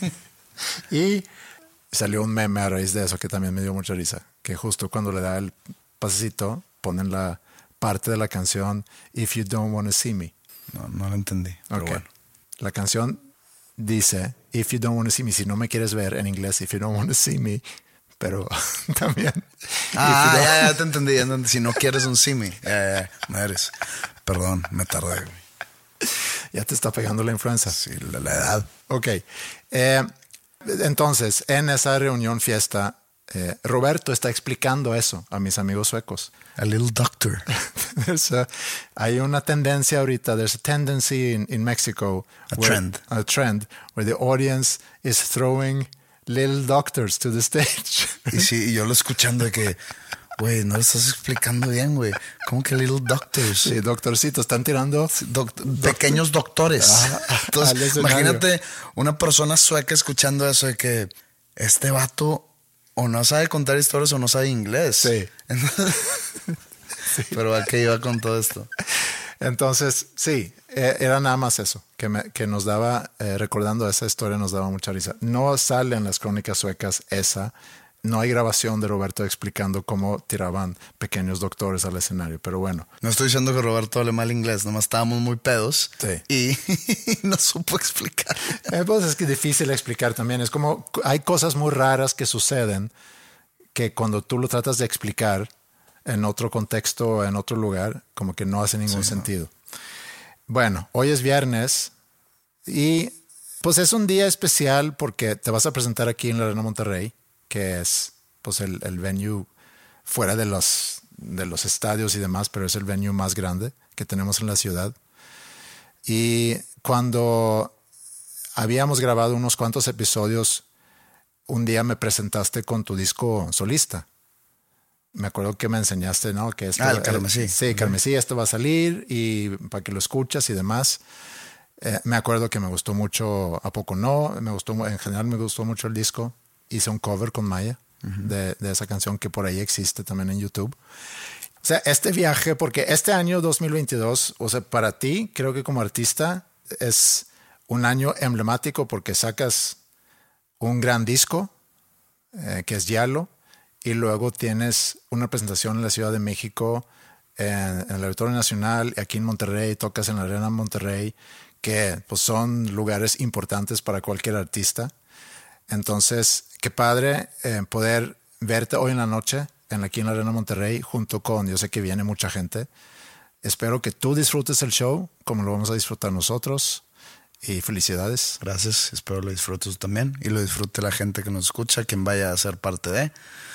Speaker 5: Y salió un meme a raíz de eso que también me dio mucha risa, que justo cuando le da el pasecito ponen la parte de la canción If You Don't Wanna See Me.
Speaker 4: No, no lo entendí, pero
Speaker 5: okay.
Speaker 4: bueno.
Speaker 5: La canción dice If you don't want to see me, si no me quieres ver, en inglés, if you don't want to see me, pero también.
Speaker 4: Ah, ya, ya te entendí, ya entendí. Si no quieres un see me, ya, ya, madres. Perdón, me tardé, güey.
Speaker 5: Ya te está pegando la influenza.
Speaker 4: Sí, la, la edad.
Speaker 5: Ok. Eh, entonces, en esa reunión, fiesta, eh, Roberto está explicando eso a mis amigos suecos.
Speaker 4: A little doctor.
Speaker 5: a, hay una tendencia ahorita, there's a tendency in, in Mexico.
Speaker 4: A
Speaker 5: where,
Speaker 4: trend.
Speaker 5: A trend where the audience is throwing little doctors to the stage.
Speaker 4: Y sí, y yo lo escuchando de que, güey, no lo estás explicando bien, güey. ¿Cómo que little doctors?
Speaker 5: Sí, doctorcitos, están tirando...
Speaker 4: Doct- pequeños doctores.
Speaker 5: Ah,
Speaker 4: entonces, imagínate una persona sueca escuchando eso de que este vato... o no sabe contar historias o no sabe inglés.
Speaker 5: Sí.
Speaker 4: Entonces, sí. Pero ¿a qué iba con todo esto?
Speaker 5: Entonces, sí, eh, era nada más eso, que, me, que nos daba, eh, recordando esa historia, nos daba mucha risa. No sale en las crónicas suecas esa, no hay grabación de Roberto explicando cómo tiraban pequeños doctores al escenario, pero bueno.
Speaker 4: No estoy diciendo que Roberto hable mal inglés, nomás estábamos muy pedos
Speaker 5: sí.
Speaker 4: y no supo explicar.
Speaker 5: Eh, pues es que es difícil explicar también. Es como, hay cosas muy raras que suceden que cuando tú lo tratas de explicar en otro contexto, en otro lugar, como que no hace ningún sí, sentido. No. Bueno, hoy es viernes y pues es un día especial porque te vas a presentar aquí en la Arena Monterrey, que es pues el, el venue fuera de los, de los estadios y demás, pero es el venue más grande que tenemos en la ciudad. Y cuando habíamos grabado unos cuantos episodios, un día me presentaste con tu disco solista. Me acuerdo que me enseñaste, ¿no? Que esto,
Speaker 4: ah, el Carmesí.
Speaker 5: Eh, sí, Carmesí, esto va a salir y para que lo escuchas y demás. Eh, me acuerdo que me gustó mucho A Poco No, me gustó, en general me gustó mucho el disco. Hice un cover con Maya uh-huh. de, de esa canción que por ahí existe también en YouTube. O sea, este viaje, porque este año dos mil veintidós, o sea, para ti, creo que como artista es un año emblemático porque sacas un gran disco, eh, que es Yalo, y luego tienes una presentación en la Ciudad de México, en, en el Auditorio Nacional, y aquí en Monterrey, tocas en la Arena Monterrey, que pues, son lugares importantes para cualquier artista. Entonces, qué padre eh, poder verte hoy en la noche en, aquí en la Arena Monterrey junto con, yo sé que viene mucha gente. Espero que tú disfrutes el show como lo vamos a disfrutar nosotros y felicidades.
Speaker 4: Gracias, espero lo disfrutes también y lo disfrute la gente que nos escucha, quien vaya a ser parte de.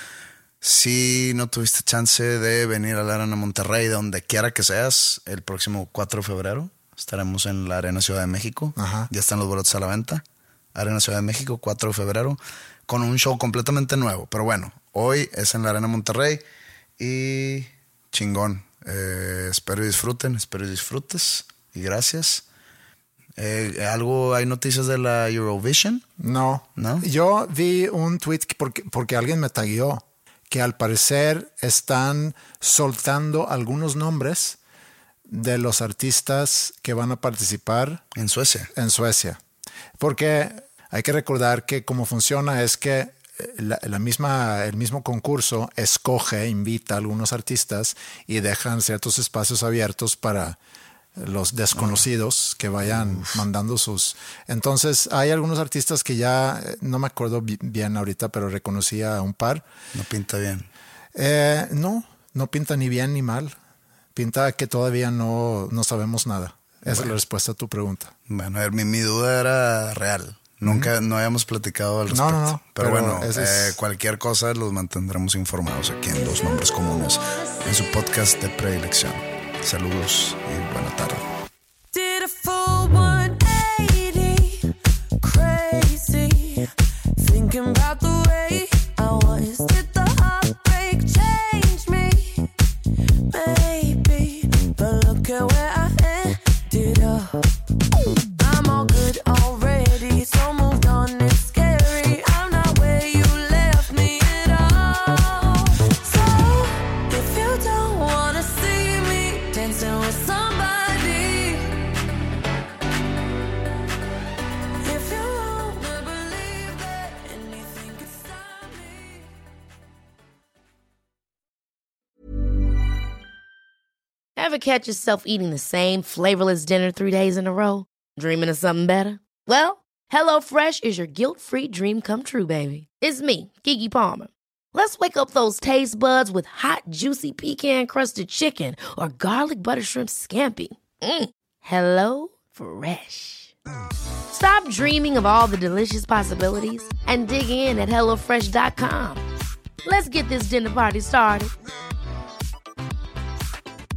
Speaker 4: Si no tuviste chance de venir a la Arena Monterrey, de donde quiera que seas, el próximo cuatro de febrero estaremos en la Arena Ciudad de México. Ajá. Ya están los boletos a la venta. Arena Ciudad de México, cuatro de febrero, con un show completamente nuevo. Pero bueno, hoy es en la Arena Monterrey y chingón. Eh, espero y disfruten, espero y disfrutes y gracias. Eh, ¿Algo, hay noticias de la Eurovision?
Speaker 5: No,
Speaker 4: ¿No?
Speaker 5: Yo vi un tweet porque, porque alguien me tagueó que al parecer están soltando algunos nombres de los artistas que van a participar
Speaker 4: en Suecia.
Speaker 5: En Suecia. Porque hay que recordar que cómo funciona es que la, la misma, el mismo concurso escoge, invita a algunos artistas y dejan ciertos espacios abiertos para los desconocidos oh. que vayan Uf. mandando sus... Entonces hay algunos artistas que ya, no me acuerdo bien ahorita, pero reconocí a un par.
Speaker 4: No pinta bien.
Speaker 5: Eh, no, no pinta ni bien ni mal. Pinta que todavía no, no sabemos nada. Esa bueno. es la respuesta a tu pregunta.
Speaker 4: Bueno, a ver, mi, mi duda era real. Nunca, mm-hmm. no habíamos platicado al respecto.
Speaker 5: No, no, no.
Speaker 4: Pero, pero bueno,
Speaker 5: es...
Speaker 4: eh, cualquier cosa los mantendremos informados aquí en Los Nombres Comunes, en su podcast de predilección. Saludos y buena tarde. Did a full one eighty, crazy, thinking about the way I was. Did the heartbreak change me? Maybe, but look at where I ended up. I'm all good already, so moved on, it's scary. I'm not where you left me at all. So, if you don't wanna see me dancing with somebody, if you wanna believe that anything could stop me.
Speaker 7: Ever catch yourself eating the same flavorless dinner three days in a row? Dreaming of something better? Well, HelloFresh is your guilt-free dream come true, baby. It's me, Keke Palmer. Let's wake up those taste buds with hot, juicy pecan-crusted chicken or garlic butter shrimp scampi. Mm. Hello Fresh. Stop dreaming of all the delicious possibilities and dig in at hello fresh dot com. Let's get this dinner party started.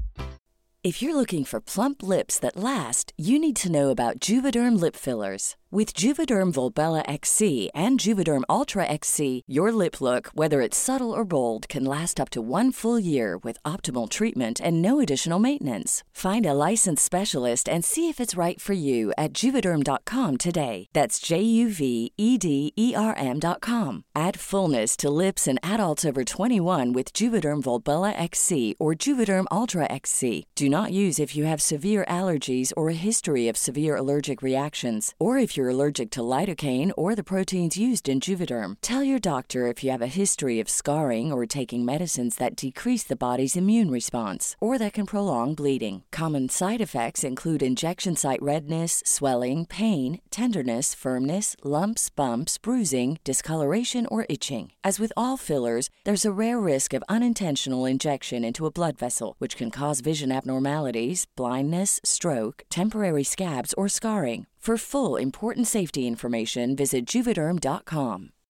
Speaker 8: If you're looking for plump lips that last, you need to know about Juvederm lip fillers. With Juvederm Volbella X C and Juvederm Ultra X C, your lip look, whether it's subtle or bold, can last up to one full year with optimal treatment and no additional maintenance. Find a licensed specialist and see if it's right for you at Juvederm dot com today. That's J U V E D E R M dot com. Add fullness to lips in adults over twenty-one with Juvederm Volbella X C or Juvederm Ultra X C. Do not use if you have severe allergies or a history of severe allergic reactions, or if you're allergic to lidocaine or the proteins used in Juvederm. Tell your doctor if you have a history of scarring or taking medicines that decrease the body's immune response or that can prolong bleeding. Common side effects include injection site redness, swelling, pain, tenderness, firmness, lumps, bumps, bruising, discoloration, or itching. As with all fillers, there's a rare risk of unintentional injection into a blood vessel, which can cause vision abnormalities, blindness, stroke, temporary scabs, or scarring. For full, important safety information, visit Juvederm dot com.